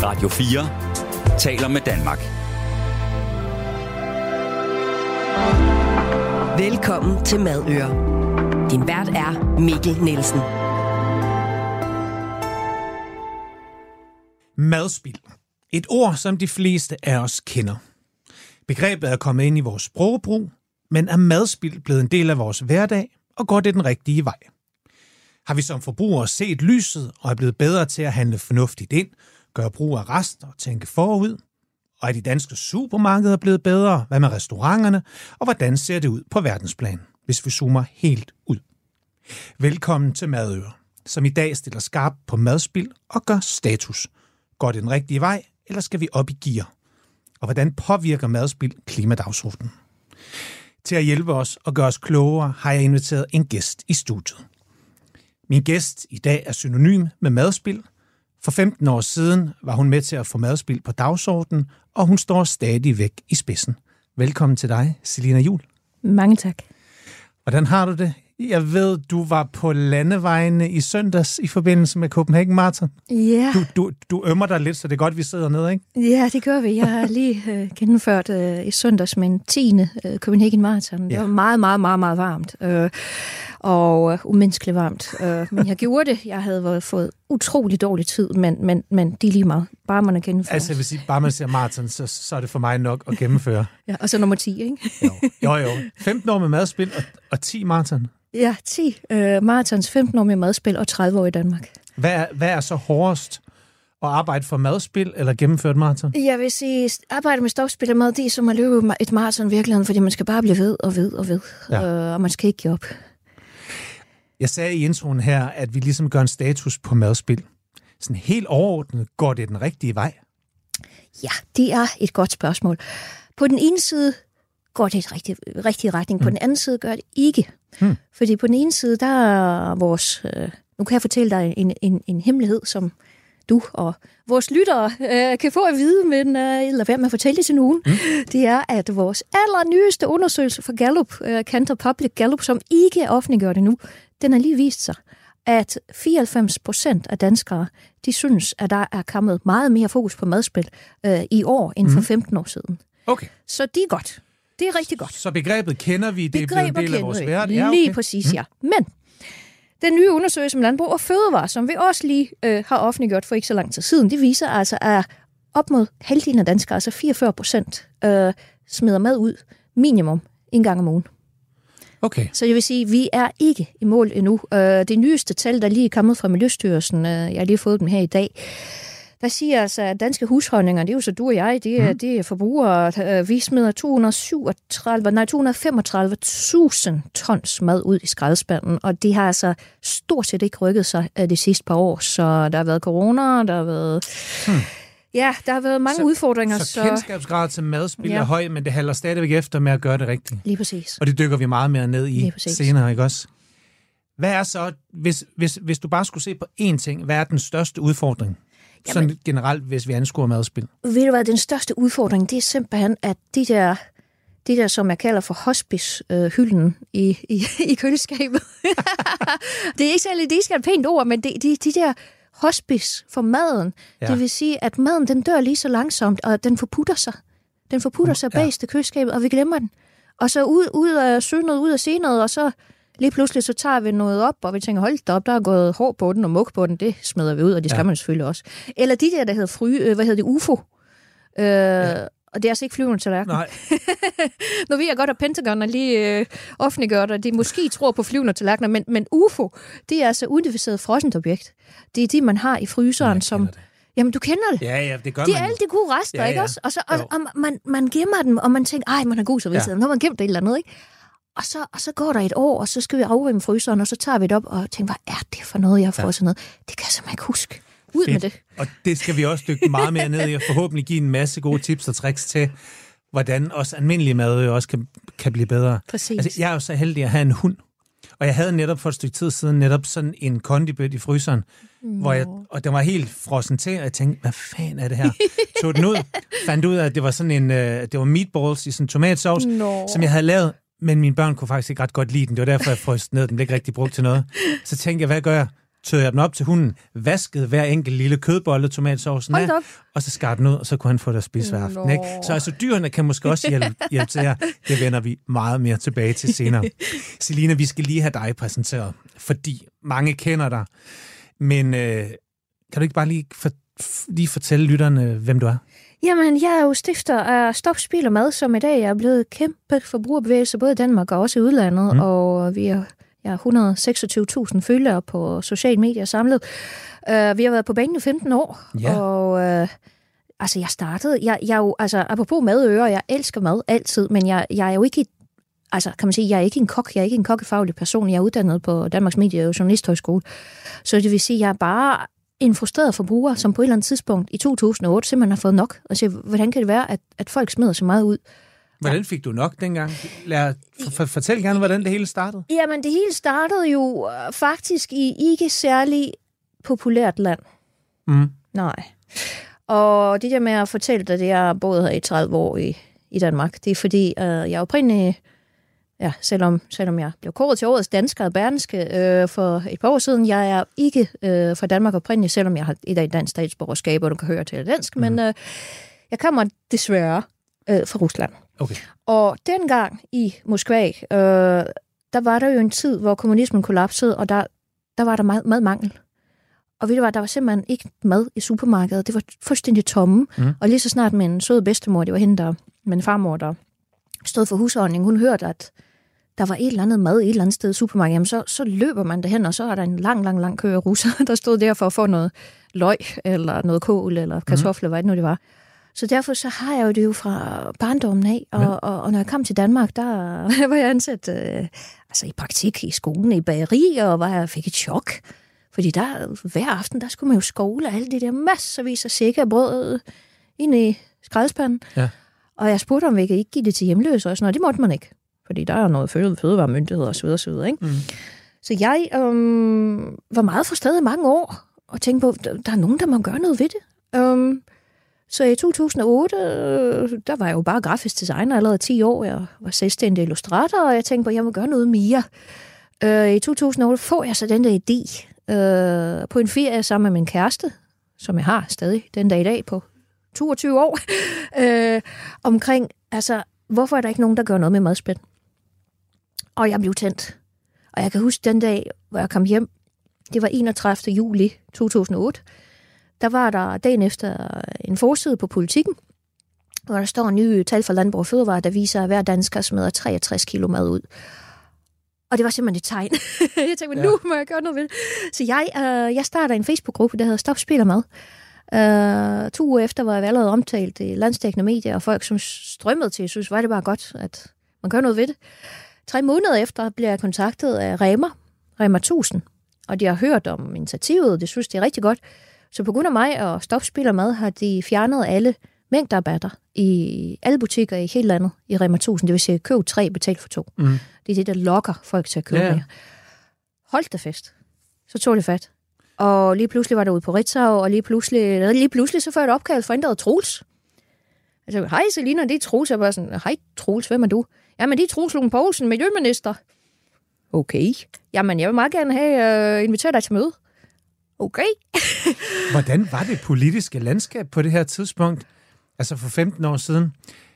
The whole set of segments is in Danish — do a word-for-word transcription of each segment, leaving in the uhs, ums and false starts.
Radio fire taler med Danmark. Velkommen til Madøre. Din vært er Mikkel Nielsen. Madspild. Et ord, som de fleste af os kender. Begrebet er kommet ind i vores sprogbrug, men er madspild blevet en del af vores hverdag, og går det den rigtige vej? Har vi som forbrugere set lyset og er blevet bedre til at handle fornuftigt ind, gøre brug af rester og tænke forud? Og er de danske supermarkeder blevet bedre? Hvad med restauranterne? Og hvordan ser det ud på verdensplan, hvis vi zoomer helt ud? Velkommen til Madøre, som i dag stiller skarpt på madspild og gør status. Går det den rigtige vej, eller skal vi op i gear? Og hvordan påvirker madspild klimadagsordenen? Til at hjælpe os og gøre os klogere, har jeg inviteret en gæst i studiet. Min gæst i dag er synonym med madspild. For femten år siden var hun med til at få madspild på dagsordenen, og hun står stadigvæk i spidsen. Velkommen til dig, Selina Juhl. Mange tak. Hvordan har du det? Jeg ved, du var på landevejene i søndags i forbindelse med Copenhagen Marathon. Ja. Du, du, du ømmer dig lidt, så det er godt, vi sidder nede, ikke? Ja, det gør vi. Jeg har lige øh, gennemført øh, i søndags min tiende øh, Copenhagen Marathon. Det Ja. var meget, meget, meget, meget varmt. Øh, og øh, umenneskeligt varmt. Øh, men jeg gjorde det. Jeg havde fået utrolig dårlig tid, men, men, men det er lige meget. Bare man er gennemført. Altså, jeg vil sige, bare man ser maraton, så, så er det for mig nok at gennemføre. Ja, og så nummer ti, ikke? Jo, jo. jo. femten år med madspil og, og ti maraton. Ja, ti øh, marathons, femten år med madspil og tredive år i Danmark. Hvad er, hvad er så hårdest? At arbejde for madspil eller gennemføre et maraton? Jeg vil sige, arbejde med stofspil og mad, det er som at løbe et maraton i virkeligheden, fordi man skal bare blive ved og ved og ved, ja. øh, og man skal ikke give op. Jeg sagde i introen her, at vi ligesom gør en status på madspil. Sådan helt overordnet, går det den rigtige vej? Ja, det er et godt spørgsmål. På den ene side går det i et rigtig, rigtig retning, på mm. den anden side gør det ikke. Mm. Fordi på den ene side, der er vores... Øh, nu kan jeg fortælle dig en, en, en hemmelighed, som du og vores lyttere øh, kan få at vide, men øh, lad være med at fortælle det til nogen. Mm. Det er, at vores allernyeste undersøgelse for Gallup, øh, Kantar Public Gallup, som ikke er offentliggjort endnu, den har lige vist sig, at fireoghalvfems procent af danskere, de synes, at der er kommet meget mere fokus på madspil øh, i år, end for mm. femten år siden. Okay. Så det er godt. Det er rigtig godt. Så begrebet kender vi, det Begreber er blevet en del af vores hverdag. Ja, okay. Lige præcis, ja. Men den nye undersøgelse om landbrug og fødevare, som vi også lige øh, har offentliggjort for ikke så lang tid siden, det viser altså, at op mod halvdelen af danskere, altså fireogfyrre procent, øh, smider mad ud minimum en gang om ugen. Okay. Så jeg vil sige, at vi er ikke i mål endnu. Øh, det nyeste tal, der lige er kommet fra Miljøstyrelsen, øh, jeg har lige fået dem her i dag, der siger altså, at danske husholdninger, det er jo så du og jeg, det er, mm. det er forbrugere, vi smider to hundrede syvogtredive, nej, to hundrede femogtredive tusind tons mad ud i skraldespanden, og det har altså stort set ikke rykket sig de sidste par år, så der har været corona, der har været... Hmm. Ja, der har været mange så, udfordringer. Så, så kendskabsgrad til madspil ja. er høj, men det halder stadigvæk efter med at gøre det rigtigt. Lige præcis. Og det dykker vi meget mere ned i senere, ikke også? Hvad er så, hvis, hvis, hvis du bare skulle se på én ting, hvad er den største udfordring? Sådan Jamen, generelt, hvis vi anskuer madspil. Ved du hvad, den største udfordring, det er simpelthen, at de der, de der som jeg kalder for hospice-hylden øh, i, i, i køleskabet. Det er ikke særlig, det er ikke et pænt ord, men de, de, de der hospice for maden, ja. Det vil sige, at maden, den dør lige så langsomt, og den forputter sig. Den forputter sig ja. Bagst i køleskabet, og vi glemmer den. Og så ud, ud af søge noget, ud af se noget, og så... Lige pludselig så tager vi noget op, og vi tænker, hold da op, der er gået hår på den og muk på den, det smider vi ud, og det skal ja. Man selvfølgelig også. Eller de der, der hedder fry, øh, hvad hedder det, U F O. Øh, ja. Og det er altså ikke flyvende tallerkener. Nej. Nu ved jeg godt, at Pentagon er lige øh, offentliggjort, og de måske tror på flyvende tallerkener, men, men U F O, det er altså udiviseret frossent objekt. Det er de, man har i fryseren, ja, som... Det. Jamen, du kender det. Ja, ja, det gør de man. Det er alle de gode rester, ja, ja. Ikke også? Og, så, og, og man, man gemmer dem, og man tænker, ej, man har god samvittighed. Ja. Nu har man gemt det eller andet, ikke? Og så, og så går der et år, og så skal vi afremme fryseren, og så tager vi det op og tænker, hvad er det for noget, jeg har fået ja. Sådan noget? Det kan jeg simpelthen ikke huske. Ud Fedt. Med det. Og det skal vi også dykke meget mere ned i, og forhåbentlig give en masse gode tips og tricks til, hvordan også almindelig mad også kan, kan blive bedre. Præcis. Altså, jeg er jo så heldig at have en hund, og jeg havde netop for et stykke tid siden netop sådan en kondibøt i fryseren, mm. hvor jeg, og den var helt frossen til, og jeg tænkte, hvad fanden er det her? Tog den ud, fandt ud af, at det var sådan en, uh, det var meatballs i sådan en tomatsauce, no. som jeg havde lavet. Men mine børn kunne faktisk ikke ret godt lide den. Det var derfor, jeg frøste ned. Den blev ikke rigtig brugt til noget. Så tænkte jeg, hvad gør jeg? tørrede jeg den op til hunden, vaskede hver enkelt lille kødbolle, tomatsaucen af, og så skar den ud, og så kunne han få det at spise hver aften. Ikke? Så altså, dyrene kan måske også hjælpe, hjælpe til her. Det vender vi meget mere tilbage til senere. Selina, vi skal lige have dig præsenteret, fordi mange kender dig. Men øh, kan du ikke bare lige, for, lige fortælle lytterne, hvem du er? Jamen, jeg er jo stifter af Stop Spild og Mad, som i dag er blevet kæmpe forbrugerbevægelse, både i Danmark og også i udlandet, mm. og vi er ja, et hundrede og seksogtyve tusind følgere på sociale medier samlet. Uh, vi har været på banen i femten år, yeah. og uh, altså, jeg startede, jeg, jeg jo, altså, apropos madører, jeg elsker mad altid, men jeg, jeg er jo ikke, altså, kan man sige, jeg er ikke en kok, jeg er ikke en kokkefaglig person, jeg er uddannet på Danmarks Medie- og Journalisthøjskole, så det vil sige, jeg er bare en frustreret forbruger, som på et eller andet tidspunkt i to tusind og otte simpelthen har fået nok, og siger, hvordan kan det være, at, at folk smider så meget ud? Hvordan fik du nok dengang? Lad, for, fortæl gerne, hvordan det hele startede. Jamen, det hele startede jo uh, faktisk i ikke særlig populært land. Mm. Nej. Og det der med at fortælle dig, det er både her i tredive år i, i Danmark, det er fordi, uh, jeg er oprindelig, ja, selvom, selvom jeg blev kåret til årets dansker af Berlingske øh, for et par år siden, jeg er ikke øh, fra Danmark oprindelig, selvom jeg har et af dansk statsborgerskab, og du kan høre til dansk, mm. men øh, jeg kommer desværre øh, fra Rusland. Okay. Og dengang i Moskva, øh, der var der jo en tid, hvor kommunismen kollapsede, og der, der var der mad, madmangel. Og ved du hvad, der var simpelthen ikke mad i supermarkedet. Det var fuldstændig tomme. Mm. Og lige så snart min søde bedstemor, det var hende der, min farmor, der stod for husholdning, hun hørte, at der var et eller andet mad et eller andet sted i supermarkedet, jamen så, så løber man derhen, og så er der en lang, lang, lang kø af russer, der stod der for at få noget løg, eller noget kål, eller kartofler, mm. hvad det nu det var. Så derfor så har jeg jo det jo fra barndommen af, og, ja. og, og når jeg kom til Danmark, der var jeg ansat øh, altså i praktik i skolen, i bageri, og var, jeg fik et chok. Fordi der, hver aften, der skulle man jo skole alle de der masservis af sikker brød ind i skraldespanden. Ja. Og jeg spurgte, om vi ikke give det til hjemløse, og sådan noget. Det måtte man ikke. Fordi der er noget føde, fødevaremyndighed og så videre, så videre, ikke? Mm. Så jeg øhm, var meget frustreret i mange år, og tænkte på, der, der er nogen, der må gøre noget ved det. Øhm, så i to tusind og otte, øh, der var jeg jo bare grafisk designer allerede ti år. Jeg var selvstændig illustrator, og jeg tænkte på, at jeg må gøre noget mere. Øh, I to tusind og otte får jeg så den der idé øh, på en ferie sammen med min kæreste, som jeg har stadig den dag i dag på toogtyve år, øh, omkring, altså, hvorfor er der ikke nogen, der gør noget med madspil? Og jeg blev tændt. Og jeg kan huske den dag, hvor jeg kom hjem, det var enogtredivte juli to tusind og otte, der var der dagen efter en forside på Politikken, hvor der står nye tal fra Landbrug og Fødevare, der viser, at hver dansker smider treogtres kilo mad ud. Og det var simpelthen et tegn. Jeg tænkte, ja. Nu må jeg gøre noget ved det. Så jeg, øh, jeg starter en Facebook-gruppe, der hedder Stop Spild og Mad. Uh, to uger efter var jeg allerede omtalt i landsdækkende medier, og folk som strømmede til, jeg synes, var det bare godt, at man gør noget ved det. Tre måneder efter bliver jeg kontaktet af Rema, Rema tusind, og de har hørt om initiativet, det synes de er rigtig godt. Så på grund af mig og Stop Spild og Mad har de fjernet alle mængderabatter i alle butikker i hele landet i Rema tusind, det vil sige køb tre, betal for to. Mm. Det er det, der lokker folk til at købe yeah. mere. Hold da fest. Så tog det fat. Og lige pludselig var der ude på Ritzau, og lige pludselig, lige pludselig så får jeg et opkald fra en, der hedder Troels. Jeg sagde, hej Selina, det er Troels. Jeg var sådan, hej Troels, hvem er du? Jamen, det er Troels Lund Poulsen, miljøminister. Okay. Jamen, jeg vil meget gerne have uh, inviteret dig til møde. Okay. Hvordan var det politiske landskab på det her tidspunkt? Altså for femten år siden.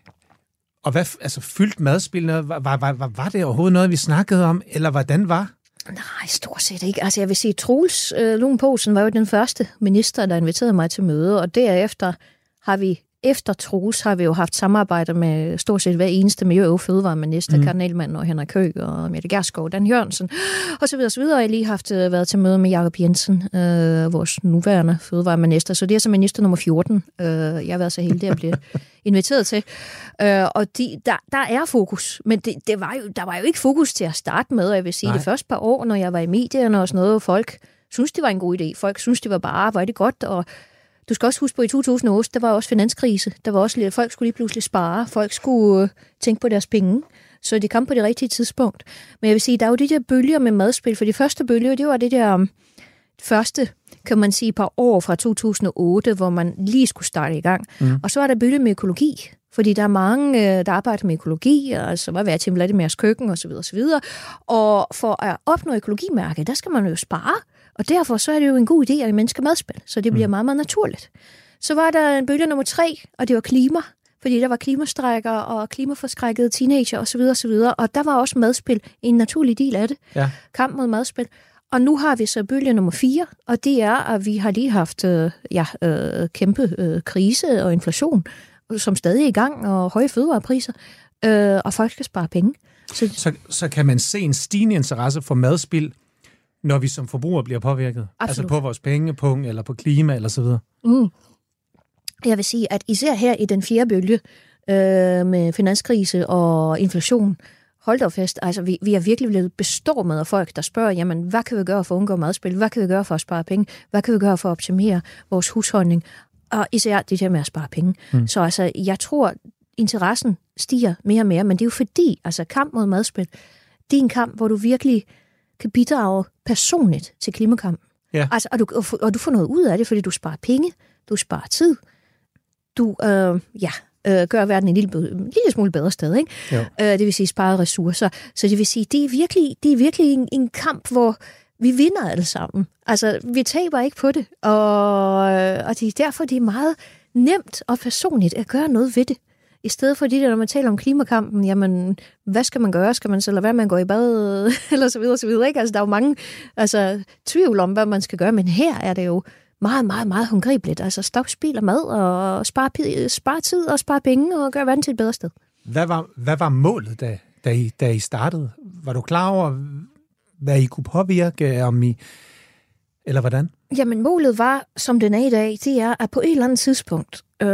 Og hvad, altså fyldt madspil, var, var, var, var det overhovedet noget, vi snakkede om? Eller hvordan var? Nej, stort set ikke. Altså jeg vil sige, Troels øh, Lund Poulsen var jo den første minister, der inviterede mig til møde, og derefter har vi, efter Troels, har vi jo haft samarbejde med stort set hver eneste miljø- og fødevareminister, mm. Karen Ellemann og Henrik Høegh og Mette Gjerskov, Dan Jørgensen, og så videre, så videre. Jeg har lige haft øh, været til møde med Jacob Jensen, øh, vores nuværende fødevareminister, så det er så minister nummer fjorten. Øh, jeg har været så heldig at blive inviteret til. Øh, og de, der, der er fokus, men det, det var jo, der var jo ikke fokus til at starte med, og jeg vil sige, Nej. Det første par år, når jeg var i medierne og sådan noget, folk synes det var en god idé. Folk synes det var bare, hvor er det godt, og du skal også huske på, i to tusind og otte, der var også finanskrise. Der var også lidt, folk skulle lige pludselig spare, folk skulle øh, tænke på deres penge, så de kom på det rigtige tidspunkt. Men jeg vil sige, der er jo de der bølger med madspil, for de første bølger, det var det der um, første, kan man sige, par år fra to tusind og otte, hvor man lige skulle starte i gang. Mm. Og så var der bølge med økologi, fordi der er mange, der arbejder med økologi, altså hvad er til Vladimir's køkken osv. osv. Og for at opnå økologimærke, der skal man jo spare. Og derfor så er det jo en god idé, at mennesker madspil, så det bliver mm. meget, meget naturligt. Så var der en bølge nummer tre, og det var klima, fordi der var klimastrækker og klimaforskrækkede teenager osv. osv. Og der var også madspil en naturlig del af det. Ja. Kamp mod madspil. Og nu har vi så bølge nummer fire, og det er, at vi har lige haft øh, ja, øh, kæmpe øh, krise og inflation, som stadig er i gang, og høje fødevarepriser, øh, og folk skal spare penge. Så, så, så kan man se en stigende interesse for madspil, når vi som forbrugere bliver påvirket? Absolut. Altså på vores pengepunkt, eller på klima, eller så videre? Mm. Jeg vil sige, at især her i den fjerde bølge, øh, med finanskrise og inflation, hold da fast, altså vi, vi er virkelig blevet bestormet af folk, der spørger, jamen, hvad kan vi gøre for at undgå madspil? Hvad kan vi gøre for at spare penge? Hvad kan vi gøre for at optimere vores husholdning? Og især det der med at spare penge. Mm. Så altså, jeg tror, interessen stiger mere og mere, men det er jo fordi, altså kamp mod madspil, det er en kamp, hvor du virkelig kan bidrage personligt til klimakampen. Ja. Altså, og, du, og du får noget ud af det, fordi du sparer penge, du sparer tid, du øh, ja, øh, gør verden en lille, en lille smule bedre sted, ikke? Øh, det vil sige spare ressourcer. Så det vil sige, det er virkelig, det er virkelig en, en kamp, hvor vi vinder alle sammen. Altså, vi taber ikke på det, og, og det er derfor, det er meget nemt og personligt at gøre noget ved det. I stedet for det der, når man taler om klimakampen, jamen, hvad skal man gøre? Skal man så lade være med at gå i bad? Eller så videre, så videre, ikke? Altså, der er jo mange altså, tvivl om, hvad man skal gøre, men her er det jo meget, meget, meget håndgribeligt. Altså, stop spil af mad, og spare, spare tid og spare penge, og gøre verden til et bedre sted. Hvad var, hvad var målet, da, da, I, da I startede? Var du klar over, hvad I kunne påvirke, om I, eller hvordan? Jamen, målet var, som den er i dag, det er, at på et eller andet tidspunkt, øh,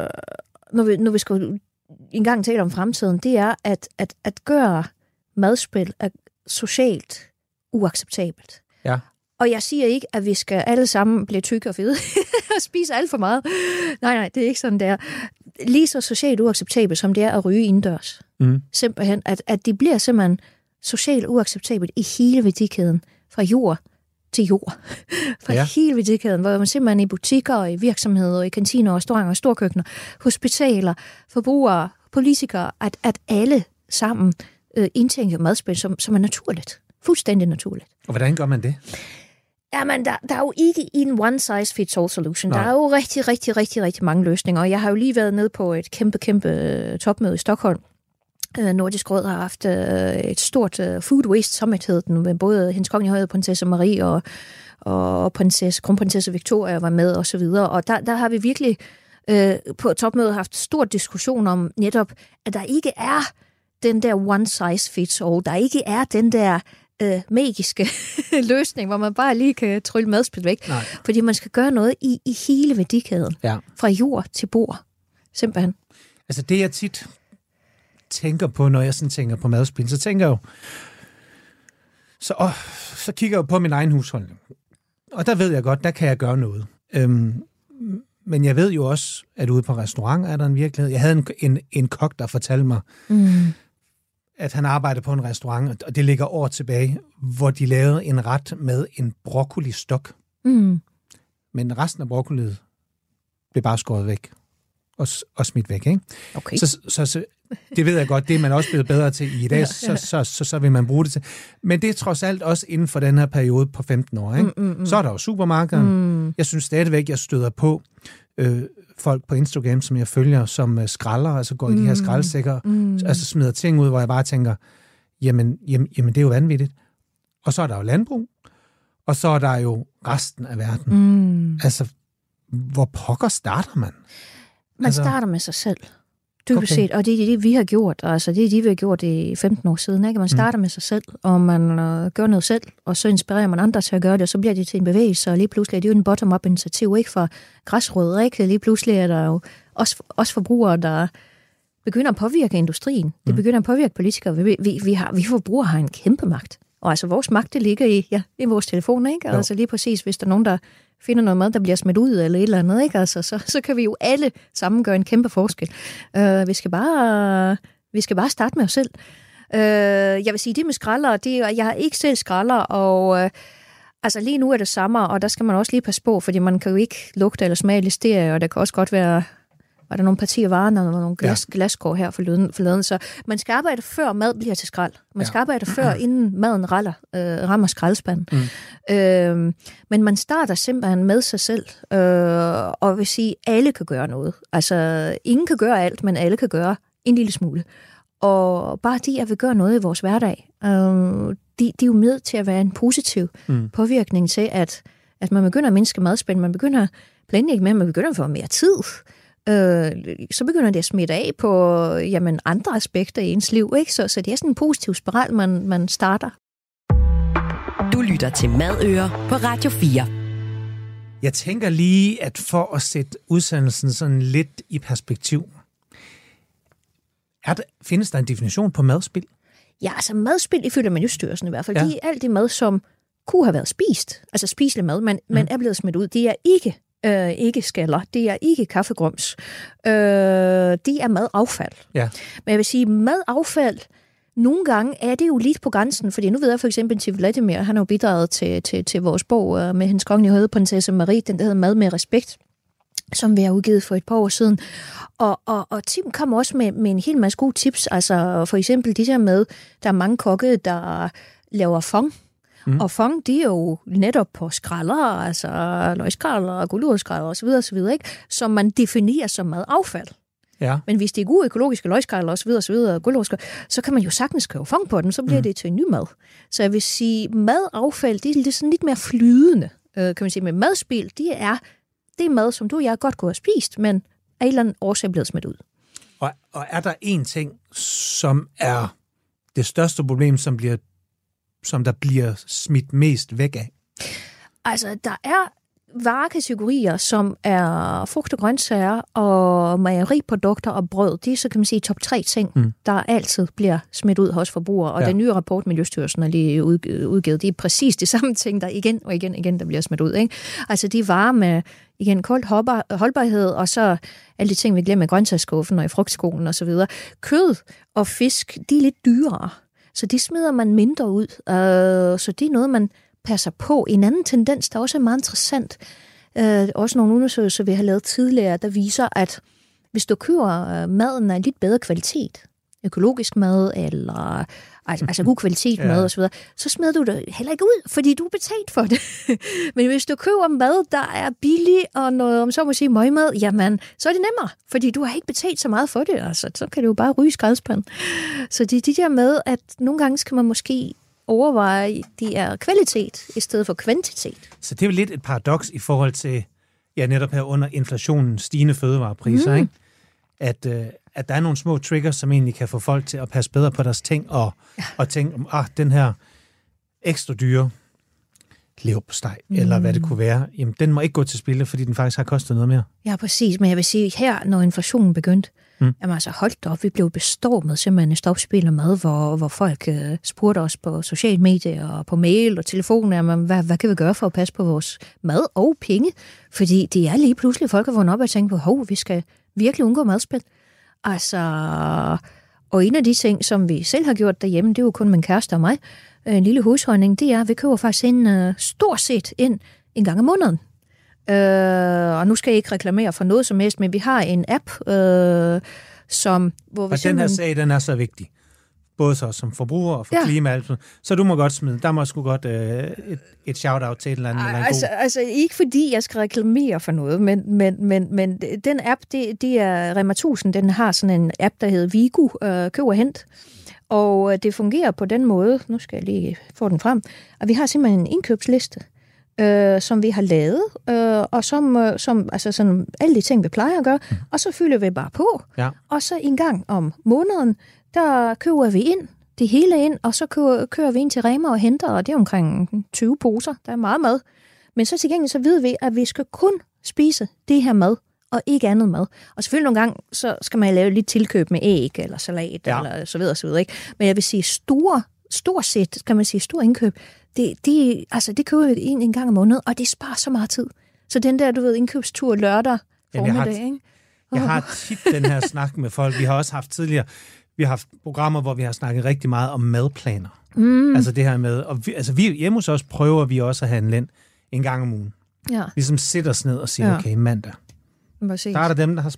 når, vi, når vi skal engang tale om fremtiden, det er, at, at, at gøre madspil er socialt uacceptabelt. Ja. Og jeg siger ikke, at vi skal alle sammen blive tykke og fede og spise alt for meget. Nej, nej, det er ikke sådan, det er. Lige så socialt uacceptabelt, som det er at ryge indendørs. Mm. Simpelthen, at, at det bliver simpelthen socialt uacceptabelt i hele værdikæden, fra jord til jord. Fra ja. hele værdikæden, hvor man simpelthen i butikker, og i virksomheder, i kantiner, restauranter, storkøkkener, hospitaler, forbrugere, politikere, at, at alle sammen øh, indtænker madspil, som, som er naturligt. Fuldstændig naturligt. Og hvordan gør man det? Jamen, der, der er jo ikke en one-size-fits-all solution. Nej. Der er jo rigtig, rigtig, rigtig, rigtig mange løsninger. Og jeg har jo lige været nede på et kæmpe, kæmpe topmøde i Stockholm. Nordisk Råd har haft et stort Food Waste Summit, hed den, med både hendes kongelige højhed, prinsesse Marie og, og prinsesse, kronprinsesse Victoria var med og så videre. Og der, der har vi virkelig øh, på topmødet haft stor diskussion om netop, at der ikke er den der one-size-fits-all. Der ikke er den der øh, magiske løsning, hvor man bare lige kan trylle madspil væk. Nej. Fordi man skal gøre noget i, i hele værdikæden. Ja. Fra jord til bord. Simpelthen. Altså det, jeg tit tænker på, når jeg sådan tænker på madspil, så tænker jeg jo, så, åh, så kigger jeg på min egen husholdning. Og der ved jeg godt, der kan jeg gøre noget. Øhm, men jeg ved jo også, at ude på restaurant er der en virkelighed. Jeg havde en, en, en kok, der fortalte mig, mm. at han arbejdede på en restaurant, og det ligger år tilbage, hvor de lavede en ret med en broccoli-stok. Mm. Men resten af broccoliet blev bare skåret væk og, og smidt væk, ikke? Okay. Så, så, så det ved jeg godt, det er man også blevet bedre til i dag, ja, ja. Så, så, så, så vil man bruge det til. Men det er trods alt også inden for den her periode på femten år, ikke? Mm, mm, mm. Så er der jo supermarkeder. Mm. Jeg synes stadigvæk, jeg støder på øh, folk på Instagram, som jeg følger, som øh, skralder, altså går mm. i de her skraldesækker, mm. altså smider ting ud, hvor jeg bare tænker, jamen, jamen, jamen det er jo vanvittigt. Og så er der jo landbrug, og så er der jo resten af verden. Mm. Altså, hvor pokker starter man? Man altså, starter med sig selv. Dybest set, og det er det, vi har gjort. Altså, det er det, vi har gjort i femten år siden. Ikke? Man starter mm. med sig selv, og man øh, gør noget selv, og så inspirerer man andre til at gøre det, og så bliver det til en bevægelse, og lige pludselig er det jo en bottom-up initiativ, ikke fra græsrødder, ikke? Lige pludselig er der jo også, også forbrugere, der begynder at påvirke industrien. Det mm. begynder at påvirke politikere. Vi, vi, vi, har, vi forbrugere har en kæmpe magt. Og altså, vores magt, det ligger i, ja, i vores telefon, ikke? Altså lige præcis, hvis der er nogen, der finder noget mad, der bliver smidt ud eller et eller andet, ikke? Altså, så, så kan vi jo alle sammen gøre en kæmpe forskel. Uh, vi, skal bare, vi skal bare starte med os selv. Uh, jeg vil sige, det med skralder, det, jeg har ikke selv skralder, og uh, altså lige nu er det sommer, og der skal man også lige passe på, fordi man kan jo ikke lugte eller smage listerie, og der kan også godt være var der nogle partier varer, og nogle glas, ja. glaskår her forleden, forleden. Så man skal arbejde før mad bliver til skrald. Man skal ja. arbejde før, inden maden raller, øh, rammer skraldespanden. Mm. Øh, men man starter simpelthen med sig selv, øh, og vil sige, at alle kan gøre noget. Altså, ingen kan gøre alt, men alle kan gøre en lille smule. Og bare de, at vi gør noget i vores hverdag, øh, de, de er jo med til at være en positiv mm. påvirkning til, at, at man begynder at mindske madspænd, man begynder at planlægge med, man begynder at få mere tid. Øh, så begynder det at smitte af på jamen, andre aspekter i ens liv. Ikke? Så, så det er sådan en positiv spiral, man, man starter. Du lytter til Madøer på Radio fire. Jeg tænker lige, at for at sætte udsendelsen sådan lidt i perspektiv, er der, findes der en definition på madspild? Ja, altså madspild ifølge Miljøstyrelsen i hvert fald, ja. de er alt det mad, som kunne have været spist, altså spiselig mad, men, mm. men er blevet smidt ud. Det er ikke Øh, ikke skaller, det er ikke kaffegrums. Øh, det er madaffald. Ja. Men jeg vil sige, madaffald, nogle gange er det jo lidt på grænsen, fordi nu ved jeg for eksempel til Vladimir, han har jo bidraget til, til, til vores bog med hendes kongelige højde prinsesse Marie, den der hedder Mad med respekt, som vi har udgivet for et par år siden. Og, og, og Tim kom også med, med en hel masse gode tips, altså for eksempel det der med, der er mange kokke, der laver fong. Mm. Og fong, de er jo netop på skralder, altså løgskralder, gulerodsskralder osv., osv., ikke? Som man definerer som madaffald. Ja. Men hvis det er gode økologiske løgskralder osv., osv., så kan man jo sagtens købe fong på dem, så bliver mm. det til en ny mad. Så jeg vil sige, madaffald, det er sådan lidt mere flydende, kan man sige. Men madspild, det er det mad, som du og jeg godt kunne have spist, men af en eller anden årsag blevet smidt ud. Og, og er der en ting, som er det største problem, som bliver som der bliver smidt mest væk af? Altså, der er varekategorier, som er frugt og grøntsager og mejeriprodukter og brød. Det er så, kan man sige, top tre ting, mm. der altid bliver smidt ud hos forbrugere. Og ja. Den nye rapport, Miljøstyrelsen har lige udgivet, det er præcis de samme ting, der igen og igen og igen, der bliver smidt ud. Ikke? Altså, de varer med, igen, kold holdbarhed, og så alle de ting, vi glemmer i grøntsagsskuffen og i frugtskolen og så videre. Kød og fisk, de er lidt dyrere. Så de smider man mindre ud. Uh, så det er noget, man passer på. En anden tendens, der også er meget interessant, uh, også nogle undersøgelser, vi har lavet tidligere, der viser, at hvis du køber uh, maden af en lidt bedre kvalitet, økologisk mad, eller altså, altså god kvalitet ja. mad osv., så smider du det heller ikke ud, fordi du er betalt for det. Men hvis du køber mad, der er billig, og noget, om så må sige, møgmad, jamen, så er det nemmere, fordi du har ikke betalt så meget for det, altså, så kan det jo bare ryge i skraldespanden. Så det er de der med, at nogle gange skal man måske overveje, det er kvalitet, i stedet for kvantitet. Så det er jo lidt et paradoks i forhold til, ja, netop her under inflationen, stigende fødevarepriser, mm. ikke? At, øh, at der er nogle små triggers, som egentlig kan få folk til at passe bedre på deres ting, og, ja. og tænke, ah, den her ekstra dyre leverpostej, mm. eller hvad det kunne være, jamen, den må ikke gå til spilde, fordi den faktisk har kostet noget mere. Ja, præcis, men jeg vil sige, her, når inflationen begyndte, mm. jamen altså, holdt op, vi blev bestormet simpelthen et stopspil af mad, hvor, hvor folk øh, spurgte os på sociale medier, og på mail og telefon, jamen, hvad, hvad kan vi gøre for at passe på vores mad og penge? Fordi det er lige pludselig, folk har vundet op og tænkt på, hov, vi skal virkelig undgå madspil. Altså, og en af de ting, som vi selv har gjort derhjemme, det er jo kun min kæreste og mig, en lille husholdning, det er, at vi køber faktisk ind uh, stort set ind en gang om måneden. Uh, og nu skal jeg ikke reklamere for noget som helst, men vi har en app, uh, som... Hvor vi og den her sag, den er så vigtig. Både så som forbruger og for ja. klima. Altså. Så du må godt smide. Der må sgu godt øh, et, et shout-out til et eller andet. Eller altså, altså ikke fordi jeg skal reklamere for noget, men, men, men, men den app, det, det er Rema tusind, den har sådan en app, der hedder Vigo, øh, køb og hent. Og det fungerer på den måde, nu skal jeg lige få den frem, at vi har simpelthen en indkøbsliste, øh, som vi har lavet, øh, og som, øh, som altså sådan alle de ting, vi plejer at gøre, mm. og så fylder vi bare på. Ja. Og så en gang om måneden, der køber vi ind, det hele ind, og så kører, kører vi ind til Rema og henter, og det er omkring tyve poser. Der er meget mad. Men så til gengæld så ved vi, at vi skal kun spise det her mad, og ikke andet mad. Og selvfølgelig nogle gange, så skal man lave lidt tilkøb med æg, eller salat, ja. eller så videre, så videre, ikke? Men jeg vil sige, store, stort set, kan man sige, stor indkøb, det, det, altså, det køber vi ind en gang om måneden, og det sparer så meget tid. Så den der, du ved, indkøbstur lørdag formiddag, ikke? Jeg har tit den her snak med folk. Vi har også haft tidligere, vi har haft programmer, hvor vi har snakket rigtig meget om madplaner. Mm. Altså det her med, og vi, altså vi hjemme hos os prøver vi også at handle ind en gang om ugen. Ja. Ligesom sætter os ned og siger, ja. okay, mandag. Der er der dem, der har sport.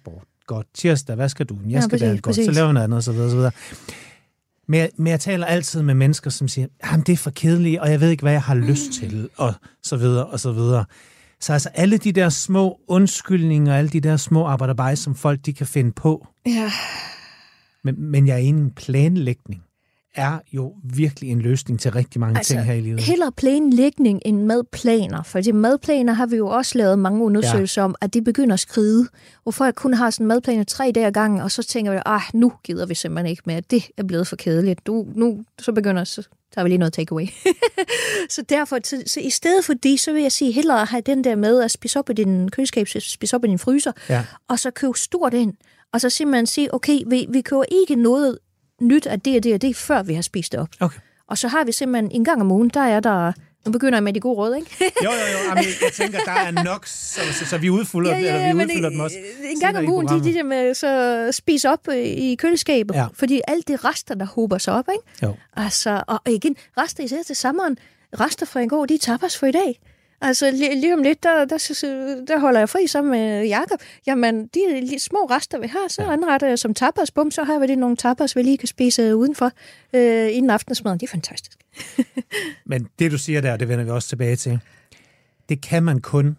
godt. Tirsdag, hvad skal du? Jeg Ja, skal præcis, det godt. præcis. Så laver jeg noget andet, og så videre, og så videre. Men jeg, men jeg taler altid med mennesker, som siger, jamen det er for kedeligt, og jeg ved ikke, hvad jeg har lyst til, og så videre, og så videre. Så altså alle de der små undskyldninger, alle de der små arbejderbej, som folk de kan finde på. Ja. Men, men jeg er enig, en planlægning er jo virkelig en løsning til rigtig mange altså, ting her i livet. Hellere planlægning end madplaner, for de madplaner har vi jo også lavet mange undersøgelser ja. om, at de begynder at skride, hvor folk kun har sådan madplaner tre dage ad gangen, og så tænker vi, ah, nu gider vi simpelthen ikke mere, det er blevet for kedeligt. Du, nu så begynder så tager vi lige noget takeaway. Så derfor, så, så i stedet for det, så vil jeg sige, hellere have den der med at spise op i din køleskab, spise op i din fryser, ja. og så købe stort ind, og så simpelthen sige, okay, vi, vi køber ikke noget nyt af det og det og det, før vi har spist det op. Okay. Og så har vi simpelthen en gang om ugen, der er der... Nu begynder jeg med de gode råd, ikke? jo, jo, jo. Jamen, jeg tænker, der er nok, så, så, så vi udfylder, ja, ja, ja, eller vi udfylder dem også. En gang om ugen, de, de der med så spise op i køleskabet, ja. fordi alt det rester, der hober sig op, ikke? Jo. Altså, og igen, rester især til sommeren. Rester fra i går, de er tapas for i dag. Altså, lige, lige om lidt, der, der, der holder jeg fri sammen med Jakob. Jamen, de små rester, vi har, så ja. anretter jeg som tapas. Bum, så har vi det nogle tapas, vi lige kan spise udenfor øh, inden aftensmaden. Det er fantastisk. Men det, du siger der, det vender vi også tilbage til. Det kan man kun,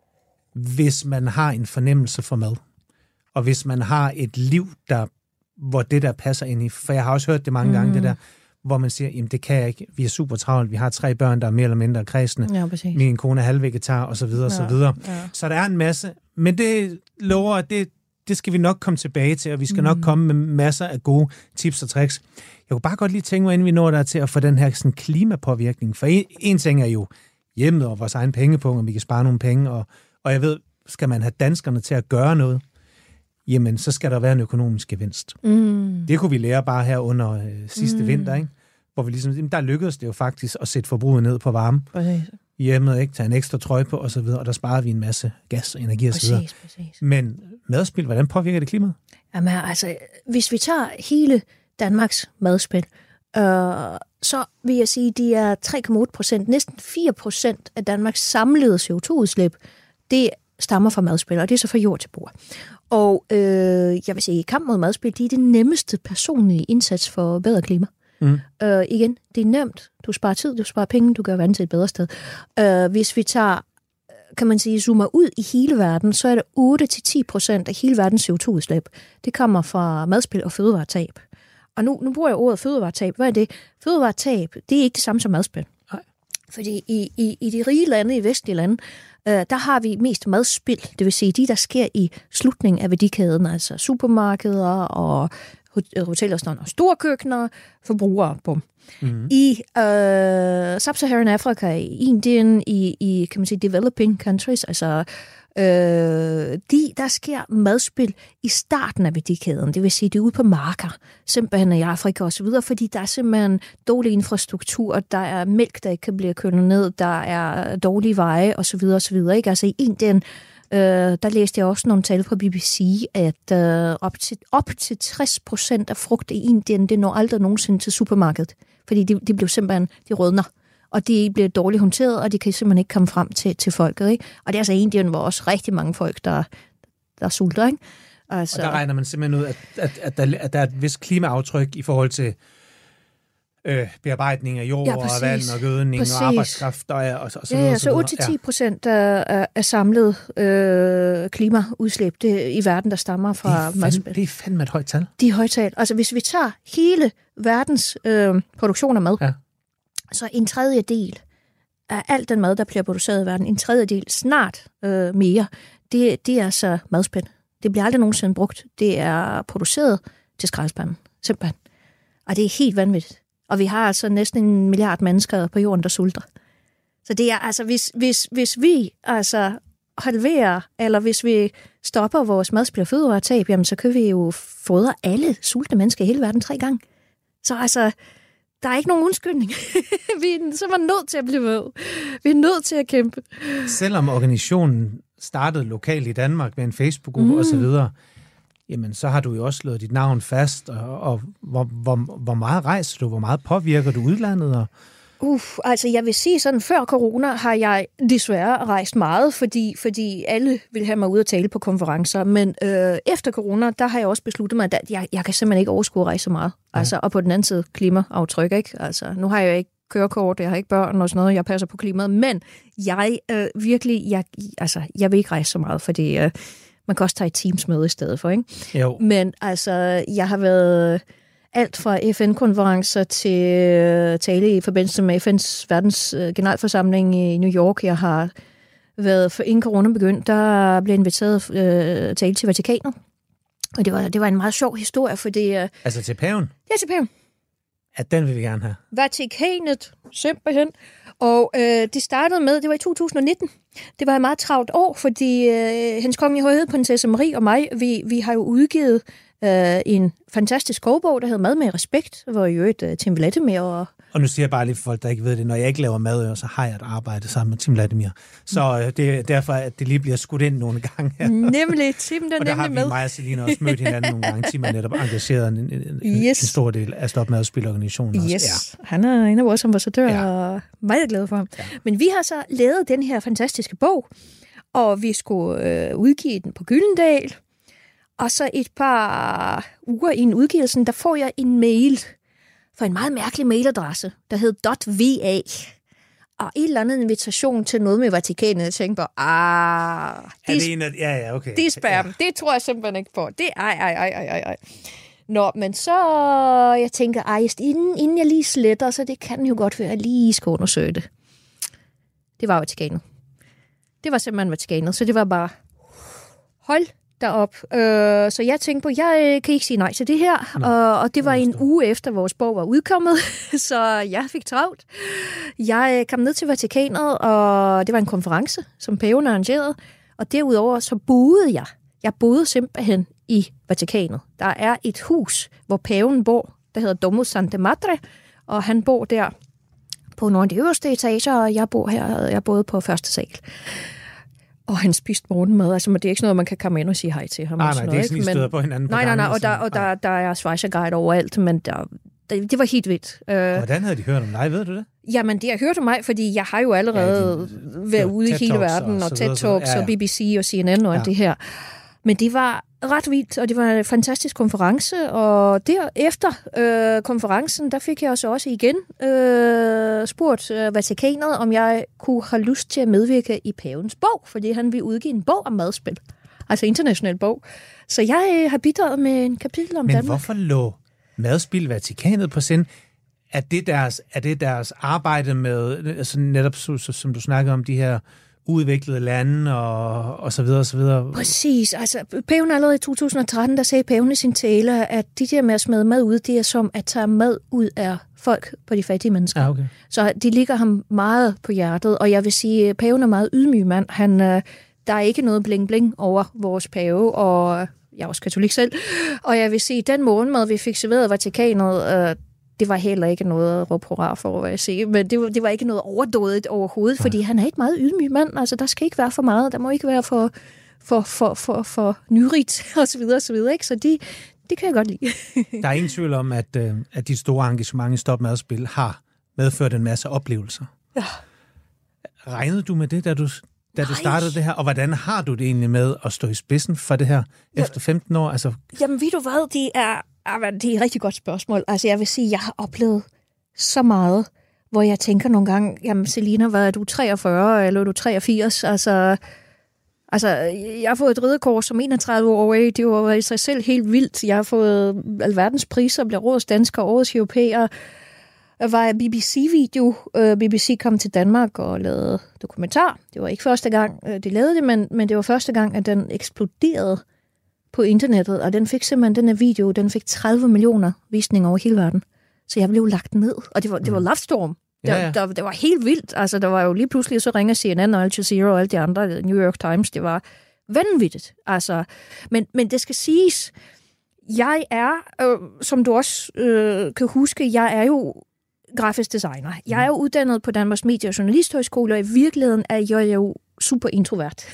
hvis man har en fornemmelse for mad. Og hvis man har et liv, der, hvor det der passer ind i. For jeg har også hørt det mange mm. gange, det der, hvor man siger, jamen det kan jeg ikke, vi er super travlt, vi har tre børn, der er mere eller mindre kredsende, ja, min kone er halvvegetar, og så videre, og ja, så videre. Ja. Så der er en masse, men det lover, at det, det skal vi nok komme tilbage til, og vi skal mm. nok komme med masser af gode tips og tricks. Jeg kunne bare godt lige tænke mig, inden vi når der til at få den her sådan, klimapåvirkning, for en, en ting er jo hjemmet og vores egen pengepunkt, og vi kan spare nogle penge, og, og jeg ved, skal man have danskerne til at gøre noget, jamen, så skal der være en økonomisk gevinst. Mm. Det kunne vi lære bare her under øh, sidste mm. vinter, ikke? Hvor vi ligesom, der lykkedes det jo faktisk at sætte forbruget ned på varme. Præcis. Hjemmet, ikke? Tage en ekstra trøje på, og så videre, og der sparer vi en masse gas, energi og så videre. Præcis, præcis. Men madspil, hvordan påvirker det klimaet? Jamen, altså, hvis vi tager hele Danmarks madspil, øh, så vil jeg sige, de er tre komma otte procent, næsten fire procent af Danmarks samlede C O to udslip, det stammer fra madspil, og det er så fra jord til bord. Og øh, jeg vil sige, kamp mod madspil, det er det nemmeste personlige indsats for bedre klima. Mm. Øh, igen, det er nemt. Du sparer tid, du sparer penge, du gør verden til et bedre sted. Øh, hvis vi tager, kan man sige, zoomer ud i hele verden, så er det otte til ti procent af hele verdens C O to udslip. Det kommer fra madspil og fødevaretab. Og nu, nu bruger jeg ordet fødevaretab. Hvad er det? Fødevaretab, det er ikke det samme som madspil. Nej. Fordi i, i, i de rige lande, i vestlige lande, øh, der har vi mest madspil. Det vil sige, de, der sker i slutningen af værdikæden, altså supermarkeder og hoteller og storkøkkener, forbrugere, bum. Mm-hmm. I øh, Sub-Saharan Afrika, i Indien, i, i kan man sige, developing countries, altså øh, de, der sker madspil i starten af værdikæden, det vil sige, det er ude på marker, simpelthen i Afrika og så videre, fordi der er simpelthen dårlig infrastruktur, der er mælk, der ikke kan blive kølet ned, der er dårlige veje og så videre og så videre, ikke? Altså i Indien, Uh, der læste jeg også nogle tal fra B B C, at uh, op, til, op til tres procent af frugt i Indien, det når aldrig nogensinde til supermarkedet. Fordi de, de blev simpelthen, de rødner, og de bliver dårligt håndteret, og de kan simpelthen ikke komme frem til, til folket. Ikke? Og det er altså Indien, hvor også rigtig mange folk, der, der sulter. Ikke? Altså, og der regner man simpelthen ud, at, at, at, der, at der er et vist klimaaftryk i forhold til Øh, bearbejdning af jord ja, og vand og gødning præcis. Og arbejdskraft og, og, og så videre. Ja, ja, så otte til ti procent af, af samlet øh, klimaudslæb det, i verden, der stammer fra madspil. Det er fandme et højt tal. Det er højt tal. Altså hvis vi tager hele verdens øh, produktion af mad, ja. Så en tredjedel af al den mad, der bliver produceret i verden, en tredjedel snart øh, mere, det, det er altså madspil. Det bliver aldrig nogensinde brugt. Det er produceret til skraldespanden. Simpelthen. Og det er helt vanvittigt. Og vi har altså næsten en milliard mennesker på jorden, der sulter. Så det er altså, hvis, hvis, hvis vi altså halverer, eller hvis vi stopper vores madspil og fødevaretab, jamen så kan vi jo fodre alle sultne mennesker i hele verden tre gange. Så altså, der er ikke nogen undskyldning. vi er så var nødt til at blive ved. Vi er nødt til at kæmpe. Selvom organisationen startede lokalt i Danmark med en Facebook-gruppe mm. og så videre, jamen så har du jo også slået dit navn fast, og, og hvor, hvor, hvor meget rejser du, hvor meget påvirker du udlandet? Og Uff, altså jeg vil sige sådan, før corona har jeg desværre rejst meget, fordi, fordi alle vil have mig ud og tale på konferencer, men øh, efter corona, der har jeg også besluttet mig, at jeg, jeg kan simpelthen ikke overskue at rejse så meget. Ja. Altså, og på den anden side, klimaaftryk, ikke? Altså, nu har jeg ikke kørekort, jeg har ikke børn og sådan noget, jeg passer på klimaet, men jeg øh, virkelig, jeg, altså, jeg vil ikke rejse så meget, fordi øh, man kan også tage et Teams-møde i stedet for, ikke? Jo. Men altså, jeg har været alt fra F N-konferencer til øh, tale i forbindelse med F N's verdens øh, generalforsamling i New York. Jeg har været, for inden corona begyndte, der blev inviteret øh, tale til Vatikanet. Og det var, det var en meget sjov historie, fordi... Øh, altså til paven? Ja, til paven. At den vil vi gerne have. Vatikanet, simpelthen. Og øh, det startede med, det var i to tusind nitten. Det var et meget travlt år, fordi øh, Hendes Kongelige Højhed, prinsesse Marie og mig, vi, vi har jo udgivet øh, en fantastisk skovbog, der hedder Mad med respekt, hvor jo et øh, Tim Vladimir og... Og nu siger jeg bare lige for folk, der ikke ved det, når jeg ikke laver madører, så har jeg et arbejde sammen med Tim Vladimir. Så øh, det er derfor, at det lige bliver skudt ind nogle gange her. Nemlig, Tim der og nemlig der har vi, med. mig og Selina, også mødt hinanden nogle gange. Tim er netop engageret en, en, yes. en stor del af Stop Madspil-organisationen. Yes, også. Ja. Han er en af vores ambassadører, ja. Og meget glad for ham. Ja. Men vi har så lavet den her fantastiske bog, og vi skulle øh, udgive den på Gyldendal. Og så et par uger i en udgivelsen, der får jeg en mail for en meget mærkelig mailadresse, der hed .va. Og en eller anden invitation til noget med Vatikanet. Jeg tænkte på, ah, det er, det en af, ja, ja, okay. Det er spam. Ja. Det tror jeg simpelthen ikke på. Det er, ej, ej, ej, ej, ej. Nå, men så, jeg tænker, ej, inden, inden jeg lige sletter, så det kan jo godt være, at jeg lige skal undersøge det. Det var Vatikanet. Det var simpelthen Vatikanet, så det var bare, hold derop. Øh, så jeg tænkte på, jeg kan ikke sige nej til det her, Nå, og, og det var en uge efter, vores bog var udkommet, så jeg fik travlt. Jeg kom ned til Vatikanet, og det var en konference, som paven arrangerede, og derudover så boede jeg. Jeg boede simpelthen i Vatikanet. Der er et hus, hvor paven bor, der hedder Domus Santa Madre, og han bor der på nogle af de øverste etager, og jeg bor her, jeg boede på første sal. Og han spiste morgenmad, altså, men det er ikke sådan noget, man kan komme ind og sige hej til ham. Nej, nej, det er ikke sådan, I støder på hinanden på Nej, nej, nej, og der, og der, der er svejserguide overalt, men der, der, det var helt vildt. Hvordan havde de hørt om dig, ved du det? Jamen, det har hørt om mig, fordi jeg har jo allerede ja, de, været ude i hele verden, og, og TED Talks, ja, ja. Og B B C og C N N og ja. Alt det her. Men det var ret vildt, og det var en fantastisk konference, og derefter øh, konferencen, der fik jeg også også igen øh, spurgt øh, Vatikanet, om jeg kunne have lyst til at medvirke i pavens bog, fordi han ville udgive en bog om madspil, altså international bog. Så jeg øh, har bidraget med en kapitel om Men Danmark. Men hvorfor lå Madspil Vatikanet på sind? Er det deres, er det deres arbejde med, altså netop som du snakkede om, de her udviklede lande og, og så videre og så videre. Præcis. Altså, paven allerede i to tusind og tretten, der sagde paven i sin tale, at de der med at smide mad ud, det er som at tage mad ud af folk på de fattige mennesker. Ja, okay. Så de ligger ham meget på hjertet, og jeg vil sige, at paven er meget ydmyg mand. Han, der er ikke noget bling-bling over vores pave, og jeg er også katolik selv. Og jeg vil sige, at den morgenmad, vi fik serveret af Vatikanet, det var heller ikke noget at råbe hurra for, hvad jeg siger. Men det var, det var ikke noget overdådigt overhovedet, fordi han er ikke meget ydmyg mand. Altså, der skal ikke være for meget. Der må ikke være for, for, for, for, for nyrigt, og så videre, og så videre. Ikke? Så de, det kan jeg godt lide. Der er ingen tvivl om, at, at de store engagementer i Stop Madspil har medført en masse oplevelser. Ja. Regnede du med det, da du, da du startede det her? Og hvordan har du det egentlig med at stå i spidsen for det her ja. Efter femten år? Altså... Jamen, ved du hvad, det er... Det er et rigtig godt spørgsmål. Altså, jeg vil sige, at jeg har oplevet så meget, hvor jeg tænker nogle gange, jamen, Selina, hvad er du, treogfyrre, eller er du treogfirs? Altså, altså jeg har fået et ridderkors som enogtredive år, det var i sig selv helt vildt. Jeg har fået alverdens priser, blev årets dansker, årets europæer. Jeg var i B B C-video. B B C kom til Danmark og lavede dokumentar. Det var ikke første gang, de lavede det, men, men det var første gang, at den eksploderede på internettet, og den fik simpelthen, den her video, den fik tredive millioner visninger over hele verden. Så jeg blev lagt ned, og det var, det var Love Storm. Ja, ja. Det, der, det var helt vildt. Altså, der var jo lige pludselig, så ringer C N N og Al Jazeera og alle de andre, New York Times, det var vanvittigt. Altså, men, men det skal siges, jeg er, øh, som du også øh, kan huske, jeg er jo grafisk designer. Jeg er jo uddannet på Danmarks Medie- og Journalisthøjskole, og i virkeligheden er jeg jo super introvert.